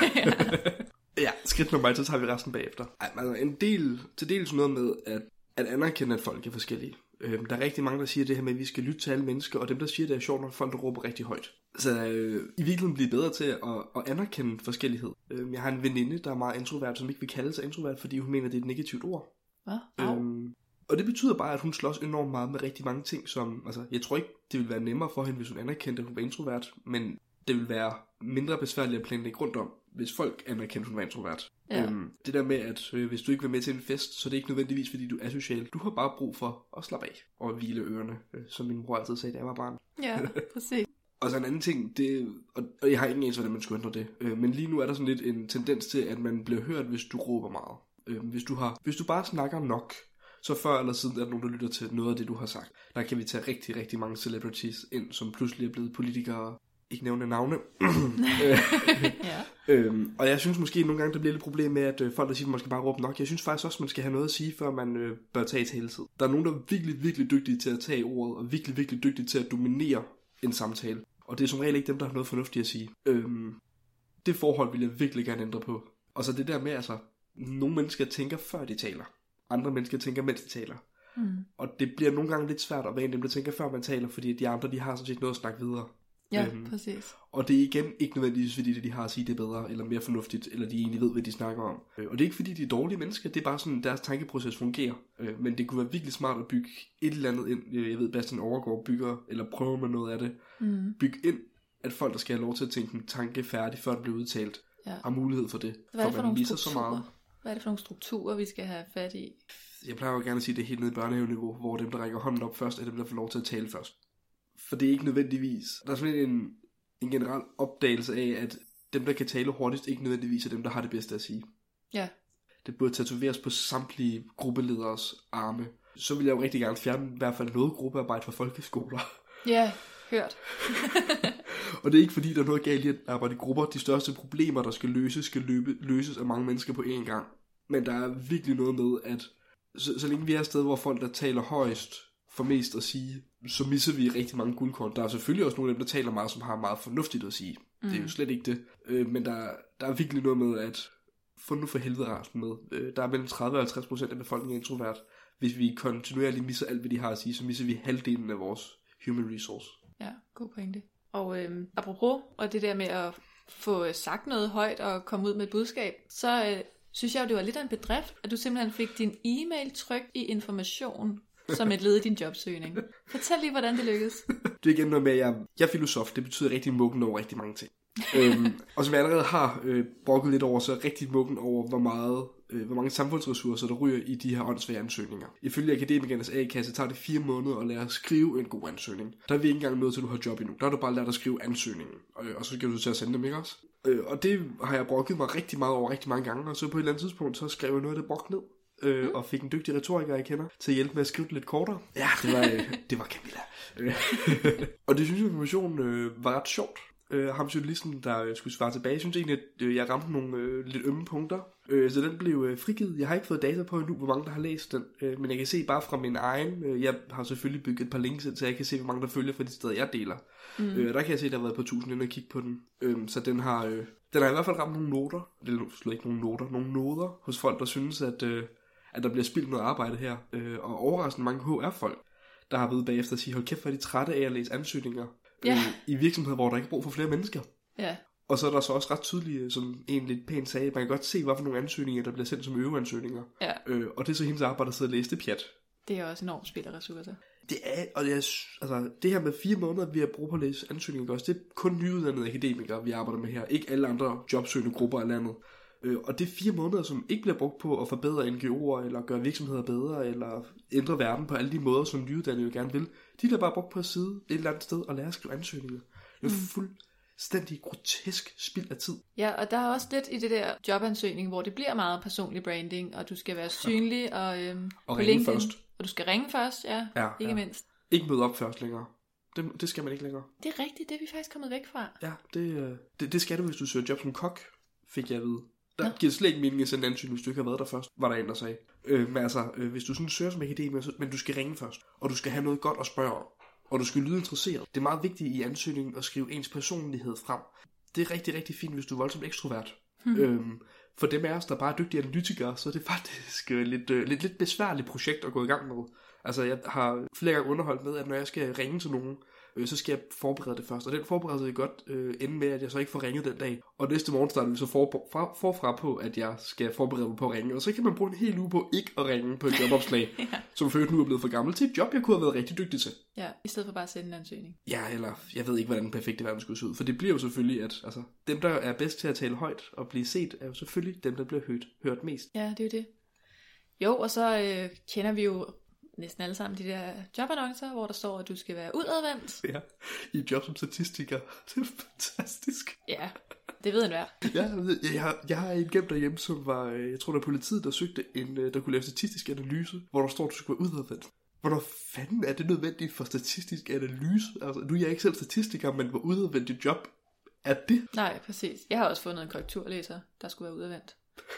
Ja, skridt nummer et, så tager vi resten bagefter. Ej, altså en del, til dels noget med at, at anerkende, at folk er forskellige. Øhm, der er rigtig mange, der siger det her med, at vi skal lytte til alle mennesker, og dem, der siger det er sjovt, når folk der råber rigtig højt. Så øh, i virkeligheden blive bedre til at, at anerkende forskellighed. Øhm, jeg har en veninde, der er meget introvert, som ikke vil kalde sig introvert, fordi hun mener, det er et negativt ord. Hvad? Øhm, og det betyder bare, at hun slås enormt meget med rigtig mange ting, som, altså, jeg tror ikke, det ville være nemmere for hende, hvis hun anerkendte, at hun var introvert, men det vil være mindre besværligt at planlægge rundt om, hvis folk anerkender, at hun var introvert. Ja. Øhm, det der med, at øh, hvis du ikke vil med til en fest, så er det ikke nødvendigvis, fordi du er social. Du har bare brug for at slappe af og hvile ørerne, øh, som min bror altid sagde, da jeg var barn. Ja, præcis. Og så en anden ting, det, og, og jeg har ikke ens, hvordan man skulle ændre det, øh, men lige nu er der sådan lidt en tendens til, at man bliver hørt, hvis du råber meget. Øh, hvis, du har, hvis du bare snakker nok, så før eller siden er der nogen, der lytter til noget af det, du har sagt. Der kan vi tage rigtig, rigtig mange celebrities ind, som pludselig er blevet politikere. Ikke nævne navne. Ja. øhm, og jeg synes måske nogle gange, der bliver lidt problem med, at øh, folk der siger, at man skal bare råbe nok. Jeg synes faktisk også, man skal have noget at sige, før man øh, bør tage til hele tiden. Der er nogen, der er virkelig, virkelig dygtige til at tage ordet, og virkelig, virkelig dygtige til at dominere en samtale. Og det er som regel ikke dem, der har noget fornuftigt at sige. Øhm, det forhold vil jeg virkelig gerne ændre på. Og så det der med, altså, nogle mennesker tænker, før de taler. Andre mennesker tænker, mens de taler. Mm. Og det bliver nogle gange lidt svært at være en dem, der tænker, før man taler, fordi de andre, de har sådan set noget at snakke videre. Ja, øhm, præcis. Og det er igen ikke nødvendigvis fordi det de har at sige det er bedre eller mere fornuftigt, eller de egentlig ved hvad de snakker om. Øh, og det er ikke fordi de er dårlige mennesker, det er bare sådan deres tankeproces fungerer. Øh, men det kunne være virkelig smart at bygge et eller andet ind. Jeg ved Bastian Overgaard bygger eller prøver med noget af det. Mm. Bygge ind at folk der skal have lov til at tænke en tanke færdig før det bliver udtalt, ja. Har mulighed for det. Hvad er det for, for nogle strukturer? Så meget. Hvad er det for nogle strukturer vi skal have fat i? Jeg plejer jo gerne at sige det er helt nede i børnehaveniveau, hvor dem der rækker hånden op først er dem der får lov til at tale først. For det er ikke nødvendigvis. Der er sådan en en generel opdagelse af, at dem, der kan tale hurtigst, ikke nødvendigvis er dem, der har det bedste at sige. Ja. Det burde tatoveres på samtlige gruppelederes arme. Så vil jeg jo rigtig gerne fjerne i hvert fald noget gruppearbejde fra folkeskoler. Ja, hørt. Og det er ikke fordi, der er noget galt i at arbejde i grupper. De største problemer, der skal løses, skal løbe, løses af mange mennesker på én gang. Men der er virkelig noget med, at så, så længe vi er et sted, hvor folk, der taler højst, for mest at sige, så misser vi rigtig mange guldkorn. Der er selvfølgelig også nogle af dem, der taler meget, som har meget fornuftigt at sige. Mm. Det er jo slet ikke det. Øh, men der, der er virkelig noget med, at få nu for helvede resten med. Øh, der er mellem tredive og halvtreds procent af befolkningen introvert. Hvis vi kontinuerligt misser alt, hvad de har at sige, så misser vi halvdelen af vores human resource. Ja, god pointe. Og øhm, apropos, og det der med at få sagt noget højt og komme ud med et budskab, så øh, synes jeg jo, det var lidt af en bedrift, at du simpelthen fik din e-mail trykt i Information som et led i din jobsøgning. Fortæl lige, hvordan det lykkedes. Det er igen noget med, at jeg, jeg er filosof. Det betyder rigtig muggen over rigtig mange ting. øhm, og som jeg allerede har øh, brokket lidt over, så er rigtig muggen over, hvor meget, øh, hvor mange samfundsressourcer, der ryger i de her åndssvage ansøgninger. Ifølge Akademikernes A-kasse tager det fire måneder at lære at skrive en god ansøgning. Der er vi ikke engang nået til, at du har job endnu. Der har du bare lært at skrive ansøgningen. Og, og så skal du til at sende dem, ikke også? Øh, og det har jeg brokket mig rigtig meget over rigtig mange gange. Og så på et eller andet tidspunkt, så skrev jeg noget af det brok ned. Øh, og fik en dygtig retoriker, jeg kender, til at hjælpe med at skrive det lidt kortere. Ja, det var, øh, det var Camilla. Og det synes jeg, informationen øh, var ret sjovt. Øh, ham journalisten, der skulle svare tilbage, synes egentlig, at øh, jeg ramte nogle øh, lidt ømme punkter. Øh, så den blev øh, frigivet. Jeg har ikke fået data på endnu, hvor mange der har læst den. Øh, men jeg kan se bare fra min egen. Øh, jeg har selvfølgelig bygget et par links ind, så jeg kan se, hvor mange der følger fra de steder, jeg deler. Mm. Øh, der kan jeg se, at der har været på tusind inde og kigge på den. Øh, så den har, øh, den har i hvert fald ramt nogle noter. Det er slet ikke nogle noter. Nogle noder hos folk, der synes, at... Øh, at der bliver spildt noget arbejde her, øh, og overraskende mange H R-folk, der har været bagefter at sige, hold kæft, hvor er de trætte af at læse ansøgninger, Ja. øh, i virksomheder, hvor der ikke er brug for flere mennesker. Ja. Og så er der så også ret tydeligt, som en lidt pænt sagde, man kan godt se, hvad for nogle ansøgninger, der bliver sendt som øveansøgninger. Ja. Øh, og det er så hendes arbejde, der sidder og læser det pjat. Det er også enormt spild af ressourcer. Det er, og jeg, altså, det her med fire måneder, vi har brug på at læse ansøgninger også, det er kun nyuddannede akademikere, vi arbejder med her. Ikke alle andre jobsøgende grupper af landet. Øh, og det er fire måneder, som ikke bliver brugt på at forbedre N G O'er, eller gøre virksomheder bedre, eller ændre verden på alle de måder, som nyuddannede jo gerne vil. De bliver bare brugt på at sidde et eller andet sted og lære at skrive ansøgninger. Det er mm. fuldstændig grotesk spild af tid. Ja, og der er også lidt i det der jobansøgning, hvor det bliver meget personlig branding, og du skal være synlig og, øhm, og på ringe LinkedIn. først. Og du skal ringe først, ja, ja ikke ja. mindst. Ikke møde op først længere. Det, det skal man ikke længere. Det er rigtigt, det er vi faktisk kommet væk fra. Ja, det, det, det skal du, hvis du søger job som kok, fik jeg at vide. Der giver det slet ikke mening at sende ansøgning, hvis du ikke har været der først, var der en, der sagde. Øh, men altså, øh, hvis du sådan søger som akademiker, men du skal ringe først, og du skal have noget godt at spørge om, og du skal lyde interesseret. Det er meget vigtigt i ansøgningen at skrive ens personlighed frem. Det er rigtig, rigtig fint, hvis du er voldsomt ekstrovert. Hmm. Øhm, for dem af os, der bare er dygtige analytikere, så er det faktisk øh, lidt, øh, lidt, lidt besværligt projekt at gå i gang med. Altså, jeg har flere gange underholdt med, at når jeg skal ringe til nogen, øh, så skal jeg forberede det først. Og den forberedelse kan godt øh, ende med, at jeg så ikke får ringet den dag. Og næste morgen starter vi så for, fra, forfra på, at jeg skal forberede mig på at ringe. Og så kan man bruge en hel uge på ikke at ringe på et jobopslag, ja. Som for nu er blevet for gammel til et job, jeg kunne have været rigtig dygtig til. Ja, i stedet for bare at sende en ansøgning. Ja, eller jeg ved ikke, hvordan den perfekte verden skulle se ud. For det bliver jo selvfølgelig, at altså, dem, der er bedst til at tale højt og blive set, er jo selvfølgelig dem, der bliver hørt, hørt mest. Ja, det er jo det. Jo, og så øh, kender vi jo næsten alle sammen de der jobannoncer, hvor der står, at du skal være udadvendt. Ja, i et job som statistiker. Det er fantastisk. Ja, det ved enhver. Ja, jeg har, jeg har en gemt derhjemme, som var, jeg tror, der er politiet, der søgte en, der kunne lave statistisk analyse, hvor der står, at du skulle være udadvendt. Hvornår fanden er det nødvendigt for statistisk analyse? Altså, nu er jeg ikke selv statistiker, men hvor udadvendt dit job er det? Nej, præcis. Jeg har også fundet en korrekturlæser, der skulle være udadvendt.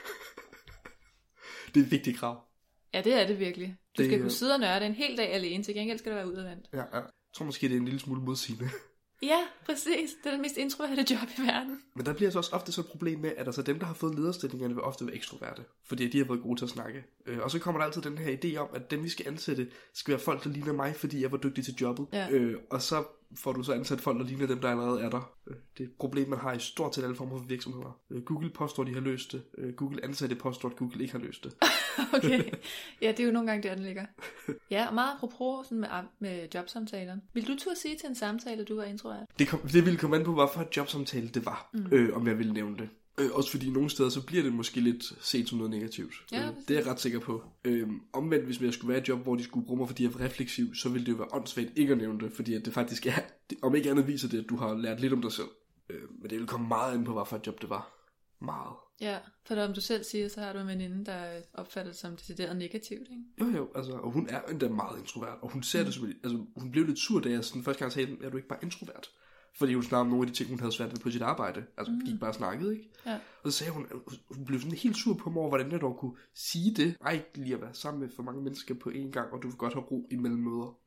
Det er et vigtigt krav. Ja, det er det virkelig. Du det, skal kunne sidde og nørde en hel dag alene, til gengæld skal du være udadvendt. Ja, ja. Jeg tror måske, det er en lille smule modsigende. Ja, præcis. Det er den mest introverte job i verden. Men der bliver så også ofte så et problem med, at altså dem, der har fået lederstillingerne, vil ofte være ekstroverte. Fordi de har været gode til at snakke. Øh, og så kommer der altid den her idé om, at dem, vi skal ansætte, skal være folk, der ligner mig, fordi jeg var dygtig til jobbet. Ja. Øh, og så får du så ansat folk, der ligner dem, der allerede er der. Øh, det er et problem, man har i stort set alle former for virksomheder. Øh, Google påstår, de har løst det. Øh, Google ansatte påstår, at Google ikke har løst det. Okay. Ja, det er jo nogle gange der, den ligger. Ja, og meget apropos sådan med, med jobsamtaler. Vil du turde sige til en samtale, at du var introvert? Det, kom, det ville komme an på, hvorfor et jobsamtale det var, mm. øh, om jeg ville nævne det. Øh, også fordi nogle steder, så bliver det måske lidt set som noget negativt. Ja, øh, det er jeg ret sikker på. Øh, omvendt, hvis jeg skulle være et job, hvor de skulle bruge mig, fordi jeg var refleksiv, så ville det jo være åndssvagt ikke at nævne det, fordi at det faktisk er, det, om ikke andet viser det, at du har lært lidt om dig selv. Øh, men det ville komme meget an på, hvorfor et job det var. Meget. Ja, for om du selv siger, så har du en veninde, der opfatter det som decideret negativt, ikke? Jo, jo, altså, og hun er endda meget introvert, og hun ser mm. det som, altså, hun blev lidt sur, da jeg sådan første gang sagde, er du ikke bare introvert? Fordi hun snakkede om nogle af de ting, hun havde svært ved på sit arbejde. Altså, mm. gik bare og snakkede, ikke? Ja. Og så sagde hun, hun blev sådan helt sur på mig over, hvordan jeg dog kunne sige det. Ej, ikke lige at være sammen med for mange mennesker på én gang, og du vil godt have ro imellem møder.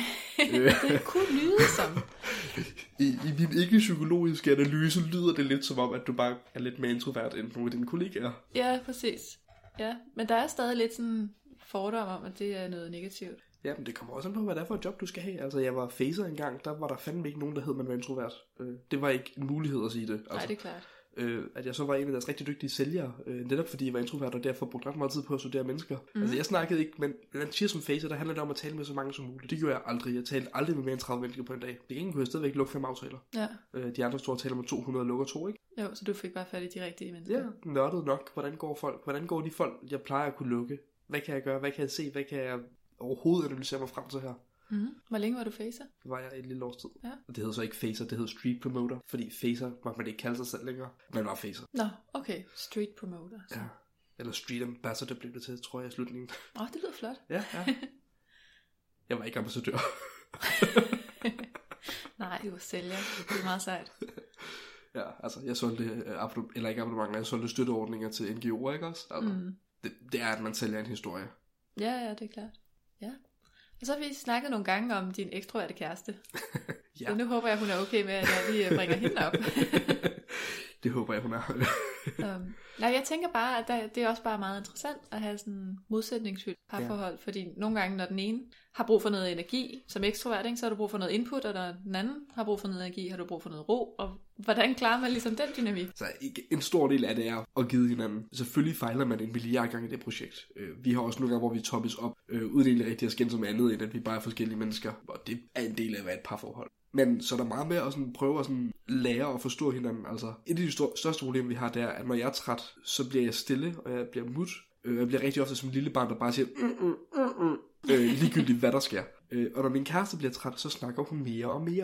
Det kunne lyde som. I, I min ikke-psykologiske analyse lyder det lidt som om, at du bare er lidt mere introvert end nogle af dine kollegaer. Ja, præcis. Ja, men der er stadig lidt sådan fordom om, at det er noget negativt. Ja, men det kommer også an på, hvad det er for et job, du skal have. Altså, jeg var facer engang, der var der fandme ikke nogen, der hed, man var introvert. Det var ikke en mulighed at sige det. Altså, nej, det er klart. Øh, at jeg så var en af deres rigtig dygtige sælgere, øh, netop fordi jeg var introvert, og derfor brugte ret meget tid på at studere mennesker. Mm. Altså, jeg snakkede ikke, men man siger som facer, der handler det om at tale med så mange som muligt. Det gjorde jeg aldrig. Jeg talte aldrig med mere end tredive mennesker på en dag. Det ingen kunne jeg stadigvæk lukke fem aftaler. Ja. Øh, de andre store taler med to hundrede og lukker to, ikke? Jo, så du fik bare fat i de rigtige mennesker. Ja, nørdet nok. Hvordan går folk? Hvordan går de folk, jeg plejer at kunne lukke? Hvad kan jeg gøre? Hvad kan jeg se? Hvad kan jeg overhovedet analysere mig frem til her? Mm. Hvor længe var du facer? Det var jeg et lille års tid. Ja. Og det hed så ikke facer, det hed street promoter. Fordi facer må man ikke kalde sig selv længere. Man var facer. Nå, okay. Street promoter. Så. Ja. Eller street ambassador blev det til, tror jeg, i slutningen. Åh, oh, det lyder flot. Ja, ja. Jeg var ikke ambassadør. Nej, du var sælger. Det er meget sejt. Ja, altså, jeg solgte, uh, eller ikke abonnementer, jeg solgte støtteordninger til N G O'er, ikke også? Altså, mm. det, det er, at man sælger en historie. Ja, ja, det er klart. Ja. Og så har vi snakket nogle gange om din ekstroverte kæreste. Ja. Så nu håber jeg, hun er okay med, at jeg lige bringer hende op. Det håber jeg, hun er. um, nej, jeg tænker bare, at der, det er også bare meget interessant at have sådan modsætningsfyldt parforhold, ja. Fordi nogle gange, når den ene har brug for noget energi som ekstrovert, ikke, så har du brug for noget input, og når den anden har brug for noget energi, har du brug for noget ro, og hvordan klarer man ligesom den dynamik? Så en stor del af det er at give hinanden. Selvfølgelig fejler man en milliard gange i det projekt. Vi har også nogle gange, hvor vi toppes op, uden egentlig rigtig at skændes om andet, end at vi bare er forskellige mennesker, og det er en del af hvad et parforhold. Men så er der meget med at sådan prøve at sådan lære og forstå hinanden. Altså, et af de store, største problemer, vi har, det er, at når jeg er træt, så bliver jeg stille, og jeg bliver mut. Jeg bliver rigtig ofte som en lille barn, der bare siger, mm, mm, mm, mm, øh, ligegyldigt hvad der sker. Og når min kæreste bliver træt, så snakker hun mere og mere.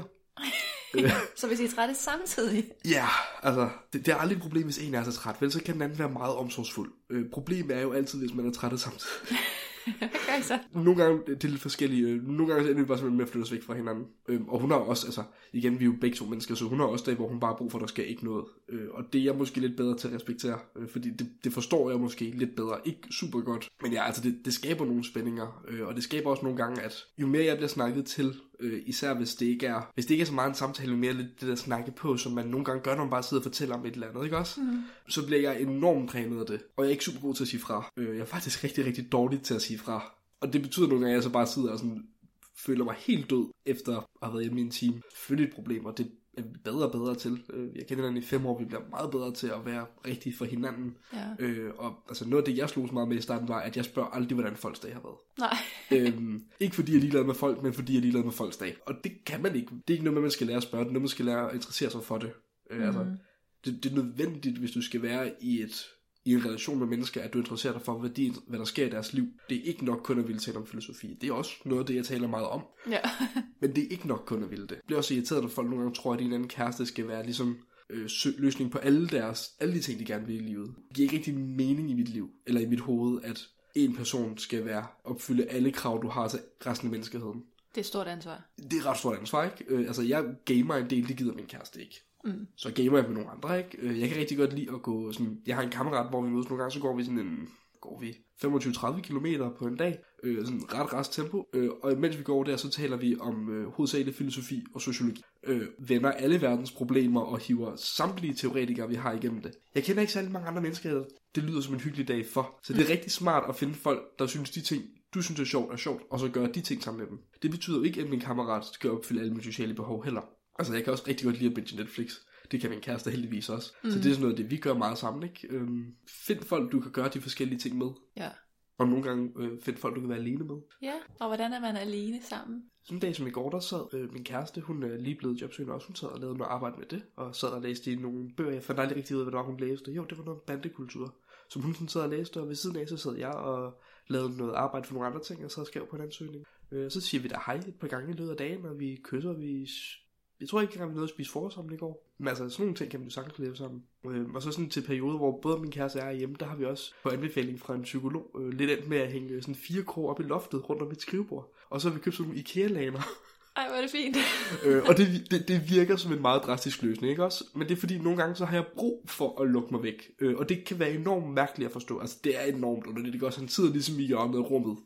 Så hvis I er trætte samtidig? Ja, altså, det, det er aldrig et problem, hvis en er så træt, vel, så kan den anden være meget omsorgsfuld. Øh, problemet er jo altid, hvis man er træt samtidig. Hvad gør I så? Nogle gange, det er lidt forskellige, nogle gange ender vi bare simpelthen med at flytte os væk fra hinanden. Øhm, og hun har også, altså, igen, vi er jo begge to mennesker, så hun har også dage, hvor hun bare har brug for, at der skal ikke noget. Øh, og det er jeg måske lidt bedre til at respektere, øh, fordi det, det forstår jeg måske lidt bedre. Ikke super godt, men ja, altså, det, det skaber nogle spændinger, øh, og det skaber også nogle gange, at jo mere jeg bliver snakket til, øh, især hvis det ikke er, hvis det ikke er så meget en samtale, jo mere lidt det der snakke på, som man nogle gange gør, når man bare sidder og fortæller om et eller andet, ikke også? Mm. Så bliver jeg enormt trænet af det, og jeg er ikke super god til at sige fra. Øh, jeg er faktisk rigtig, rigtig dårlig til at sige fra. Og det betyder nogle gange, at jeg så bare sidder og sådan, føler mig helt død, efter at have været hjemme i en time. Selvfølgelig et problem, og det er vi bedre og bedre til. Jeg kender hinanden i fem år, vi bliver meget bedre til at være rigtig for hinanden. Ja. Øh, og altså noget af det, jeg slog så meget med i starten, var, at jeg spørger aldrig, hvordan folks dag har været. Nej. øhm, ikke fordi jeg er ligeglad med folk, men fordi jeg er ligeglad med folks dag. Og det kan man ikke. Det er ikke noget, man skal lære at spørge. Det er noget, man skal lære at interessere sig for det. Øh, mm. altså, det, det er nødvendigt, hvis du skal være i et... i en relation med mennesker, at du interesserer dig for, hvad, de, hvad der sker i deres liv. Det er ikke nok kun at ville tale om filosofi. Det er også noget af det, jeg taler meget om. Ja. Men det er ikke nok kun at ville det. Jeg bliver også irriteret, når folk nogle gange tror, at en anden kæreste skal være ligesom øh, løsning på alle deres, alle de ting, de gerne vil i livet. Det giver ikke rigtig mening i mit liv, eller i mit hoved, at en person skal være opfylde alle krav, du har til resten af menneskeheden. Det er et stort ansvar. Det er et ret stort ansvar, ikke? Øh, altså, jeg gamer en del, det gider min kæreste ikke. Mm. Så gamer jeg med nogle andre, ikke? Jeg kan rigtig godt lide at gå sådan... Jeg har en kammerat, hvor vi mødes nogle gange, så går vi sådan en... Går vi femogtyve til tredive kilometer på en dag. Øh, sådan ret rask tempo. Øh, og mens vi går der, så taler vi om øh, hovedsageligt filosofi og sociologi. Øh, vender alle verdens problemer og hiver samtlige teoretikere, vi har igennem det. Jeg kender ikke særlig mange andre mennesker, det lyder som en hyggelig dag for. Så det er rigtig smart at finde folk, der synes de ting, du synes er sjovt, er sjovt, og så gøre de ting sammen med dem. Det betyder jo ikke, at min kammerat skal opfylde alle mine sociale behov heller. Altså, jeg kan også rigtig godt lide at binge Netflix. Det kan min kæreste heldigvis også. Mm. Så det er sådan noget, det vi gør meget sammen, ikke? Øhm, find folk, du kan gøre de forskellige ting med. Ja. Og nogle gange øh, find folk, du kan være alene med. Ja, og hvordan er man alene sammen? Sådan en dag som i går, der sad øh, min kæreste, hun er lige blevet jobsøgende også. Hun sad og lavede noget arbejde med det, og sad og læste i nogle bøger. Jeg fandt aldrig rigtig ud af, hvad det var, hun læste. Jo, det var noget bandekultur, som hun sådan sad og læste, og ved siden af, så sad jeg og lavede noget arbejde for nogle andre ting, og så skrev på en ansøgning. Øh, så siger vi da hej et par gange i løbet af dagen, og vi kysser, vi... Jeg tror ikke engang, vi nåede at spise frokost sammen i går. Men altså, sådan nogle ting kan man jo sagtens leve sammen. Øh, og så sådan til periode, hvor både min kæreste er hjemme, der har vi også på anbefaling fra en psykolog øh, lidt endt med at hænge sådan fire krog op i loftet rundt om et skrivebord. Og så har vi købt sådan nogle IKEA-laner. Ej, hvor er det fint. øh, og det, det, det virker som en meget drastisk løsning, ikke også? Men det er fordi, nogle gange så har jeg brug for at lukke mig væk. Øh, og det kan være enormt mærkeligt at forstå. Altså, det er enormt underligt. Det gør også, han sidder ligesom i hjørnet af rummet.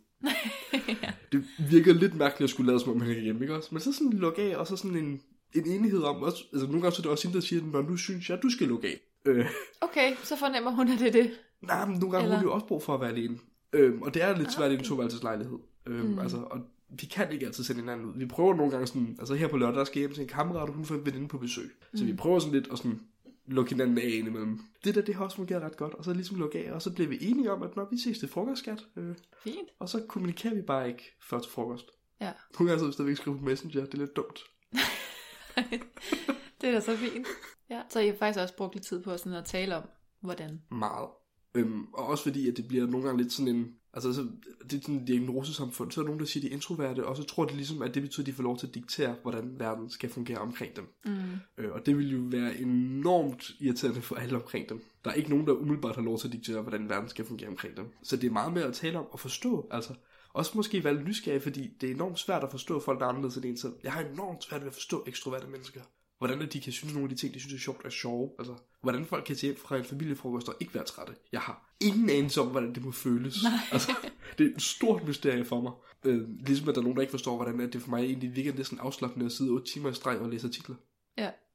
Ja. Det virker lidt mærkeligt at skulle lade som om han er hjemme, ikke også? Men så sådan lukke af, og så sådan en... en enighed om, også, altså nogle gange så er det også hende, der siger, når nu synes jeg, du skal lukke af. Øh. Okay, så fornemmer hun, at det er det. Nej, men nogle gange Eller... har hun jo også brug for at være alene. Øh, og det er lidt ah, svært okay. i en toværelseslejlighed. Øh, mm. altså, og vi kan ikke altid sende hinanden ud. Vi prøver nogle gange sådan, altså her på lørdag, der skal jeg hjem til en kammerat, og hun får en veninde på besøg. Mm. Så vi prøver sådan lidt at sådan lukke hinanden af indimellem. Det der, det har også fungeret ret godt, og så ligesom lukke af, og så bliver vi enige om, at når vi ses til frokostskat, øh, fint. Og så kommunikerer vi bare ikke før til frokost. Ja. Nogle gange så stadigvæk skrive på Messenger, det er lidt dumt. Det er da så fint. Ja. Så jeg har faktisk også brugt lidt tid på sådan at tale om, hvordan. Meget. Øhm, og også fordi, at det bliver nogle gange lidt sådan en... Altså, så, det er sådan en diagnosesamfund. Så er der nogen, der siger, de er introverte, og så tror de ligesom, at det betyder, at de får lov til at diktere, hvordan verden skal fungere omkring dem. Mm. Øh, og det vil jo være enormt irriterende for alle omkring dem. Der er ikke nogen, der umiddelbart har lov til at diktere, hvordan verden skal fungere omkring dem. Så det er meget mere at tale om og forstå, altså... Også måske være lidt nysgerrig, fordi det er enormt svært at forstå folk, der er anderledes end en selv. Jeg har enormt svært ved at forstå ekstroverte mennesker. Hvordan de kan synes, nogle af de ting, de synes er sjovt, er sjove. Altså, hvordan folk kan tage hjem fra en familiefrokost og ikke være trætte. Jeg har ingen anelse om, hvordan det må føles. Altså, det er et stort mysterie for mig. Øh, ligesom at der er nogen, der ikke forstår, hvordan det for mig egentlig virker næsten afslappende at sidde otte timer i streg og læse artikler. Ja.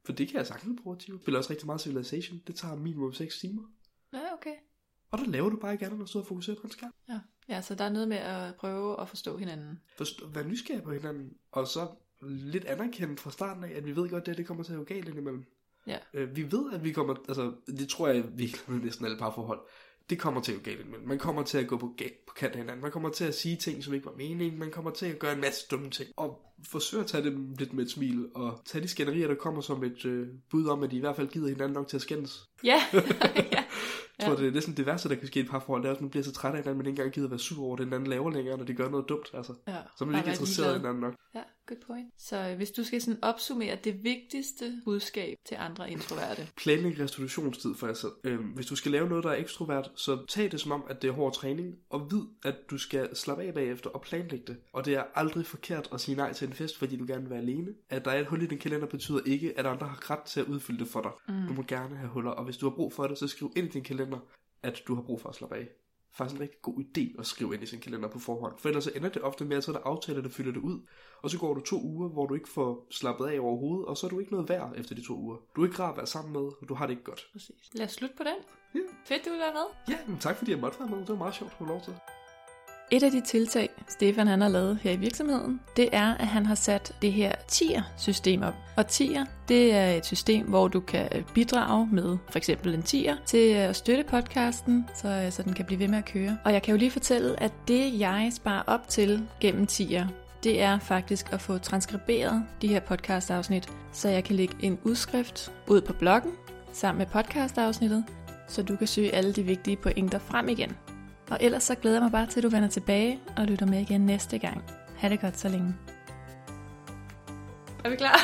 For det kan jeg sagtens bruge timer. Jeg spiller også rigtig meget Civilization. Det tager minimum seks timer. Ja, okay. Og der laver du bare ikke andet, når du sidder og fokuserer på en skærm. Ja. ja, så der er noget med at prøve at forstå hinanden. Forstå, vær nysgerrig på hinanden. Og så lidt anerkendt fra starten af, at vi ved godt, at det, det kommer til at gå galt indimellem. Ja. Øh, vi ved, at vi kommer... Altså, det tror jeg virkelig med næsten alle parforhold. Det kommer til at gå galt indimellem. Man kommer til at gå på, på kant af hinanden. Man kommer til at sige ting, som ikke var meningen. Man kommer til at gøre en masse dumme ting. Og forsøg at tage det lidt med et smil. Og tage de skænderier, der kommer som et øh, bud om, at de i hvert fald gider hinanden nok til at skændes. Ja, ja. Jeg tror, det er næsten det værste, der kan ske i et parforhold. Det er, at man bliver så træt af hinanden, man ikke engang gider at være sur over, det den anden laver længere, når de gør noget dumt. Altså. Ja, så er man ikke interesseret i hinanden nok. Ja, good point. Så hvis du skal sådan opsummere det vigtigste budskab til andre introverte. Planlæg restitutionstid for jer selv. Øhm, hvis du skal lave noget, der er ekstrovert, så tag det som om, at det er hård træning, og vid, at du skal slappe af bagefter og planlægge det. Og det er aldrig forkert at sige nej til en fest, fordi du gerne vil være alene. At der er et hul i din kalender betyder ikke, at andre har ret til at udfylde det for dig. Mm. Du må gerne have huller, og hvis du har brug for det, så skriv ind i din kalender, at du har brug for at slappe af. Faktisk en rigtig god idé at skrive ind i sin kalender på forhånd. For ellers så ender det ofte med, at så er der aftaler, der fylder det ud. Og så går du to uger, hvor du ikke får slappet af overhovedet, og så er du ikke noget værd efter de to uger. Du er ikke rar at være sammen med, og du har det ikke godt. Præcis. Lad os slutte på den. Ja. Fedt, du vil være med. Ja, men tak fordi jeg måtte være med. Det var meget sjovt at få lov til. Et af de tiltag, Stefan han har lavet her i virksomheden, det er, at han har sat det her tier-system op. Og tier, det er et system, hvor du kan bidrage med for eksempel en tier til at støtte podcasten, så, så den kan blive ved med at køre. Og jeg kan jo lige fortælle, at det jeg sparer op til gennem tier, det er faktisk at få transkriberet de her podcast-afsnit, så jeg kan lægge en udskrift ud på bloggen sammen med podcast-afsnittet, så du kan søge alle de vigtige pointer frem igen. Og ellers så glæder jeg mig bare til, at du vender tilbage og lytter med igen næste gang. Ha' det godt så længe. Er vi klar?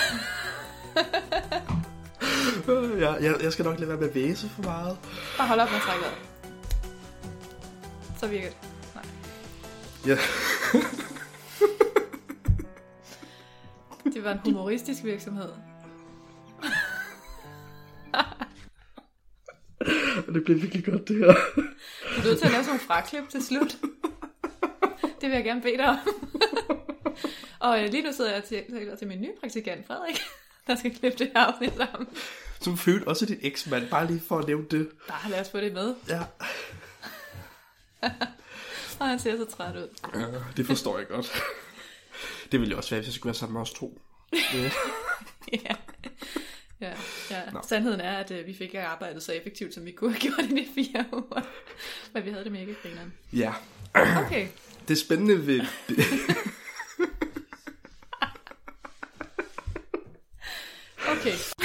ja, jeg, jeg skal nok lade være med at væse for meget. Bare hold op med at trække vejret. Så virker det. Nej. Ja. Det var en humoristisk virksomhed. Det bliver virkelig godt, det her. Du er nødt til at lave sådan nogle fraklip til slut. Det vil jeg gerne bede dig om. Og lige nu sidder jeg til, til min nye praktikant, Frederik, der skal klippe det her afsnit sammen. Som følte også din eksmand, bare lige for at nævne det. Bare lad os få det med. Ja. Og han ser så træt ud. Ja, det forstår jeg godt. Det ville jo også være, hvis jeg skulle være sammen med os to. Ja. ja. Ja, ja. Sandheden er, at øh, vi fik ikke arbejdet så effektivt, som vi kunne have gjort i de fire uger. Men vi havde det mega grineren. Ja. Okay. Det spændende ved... okay.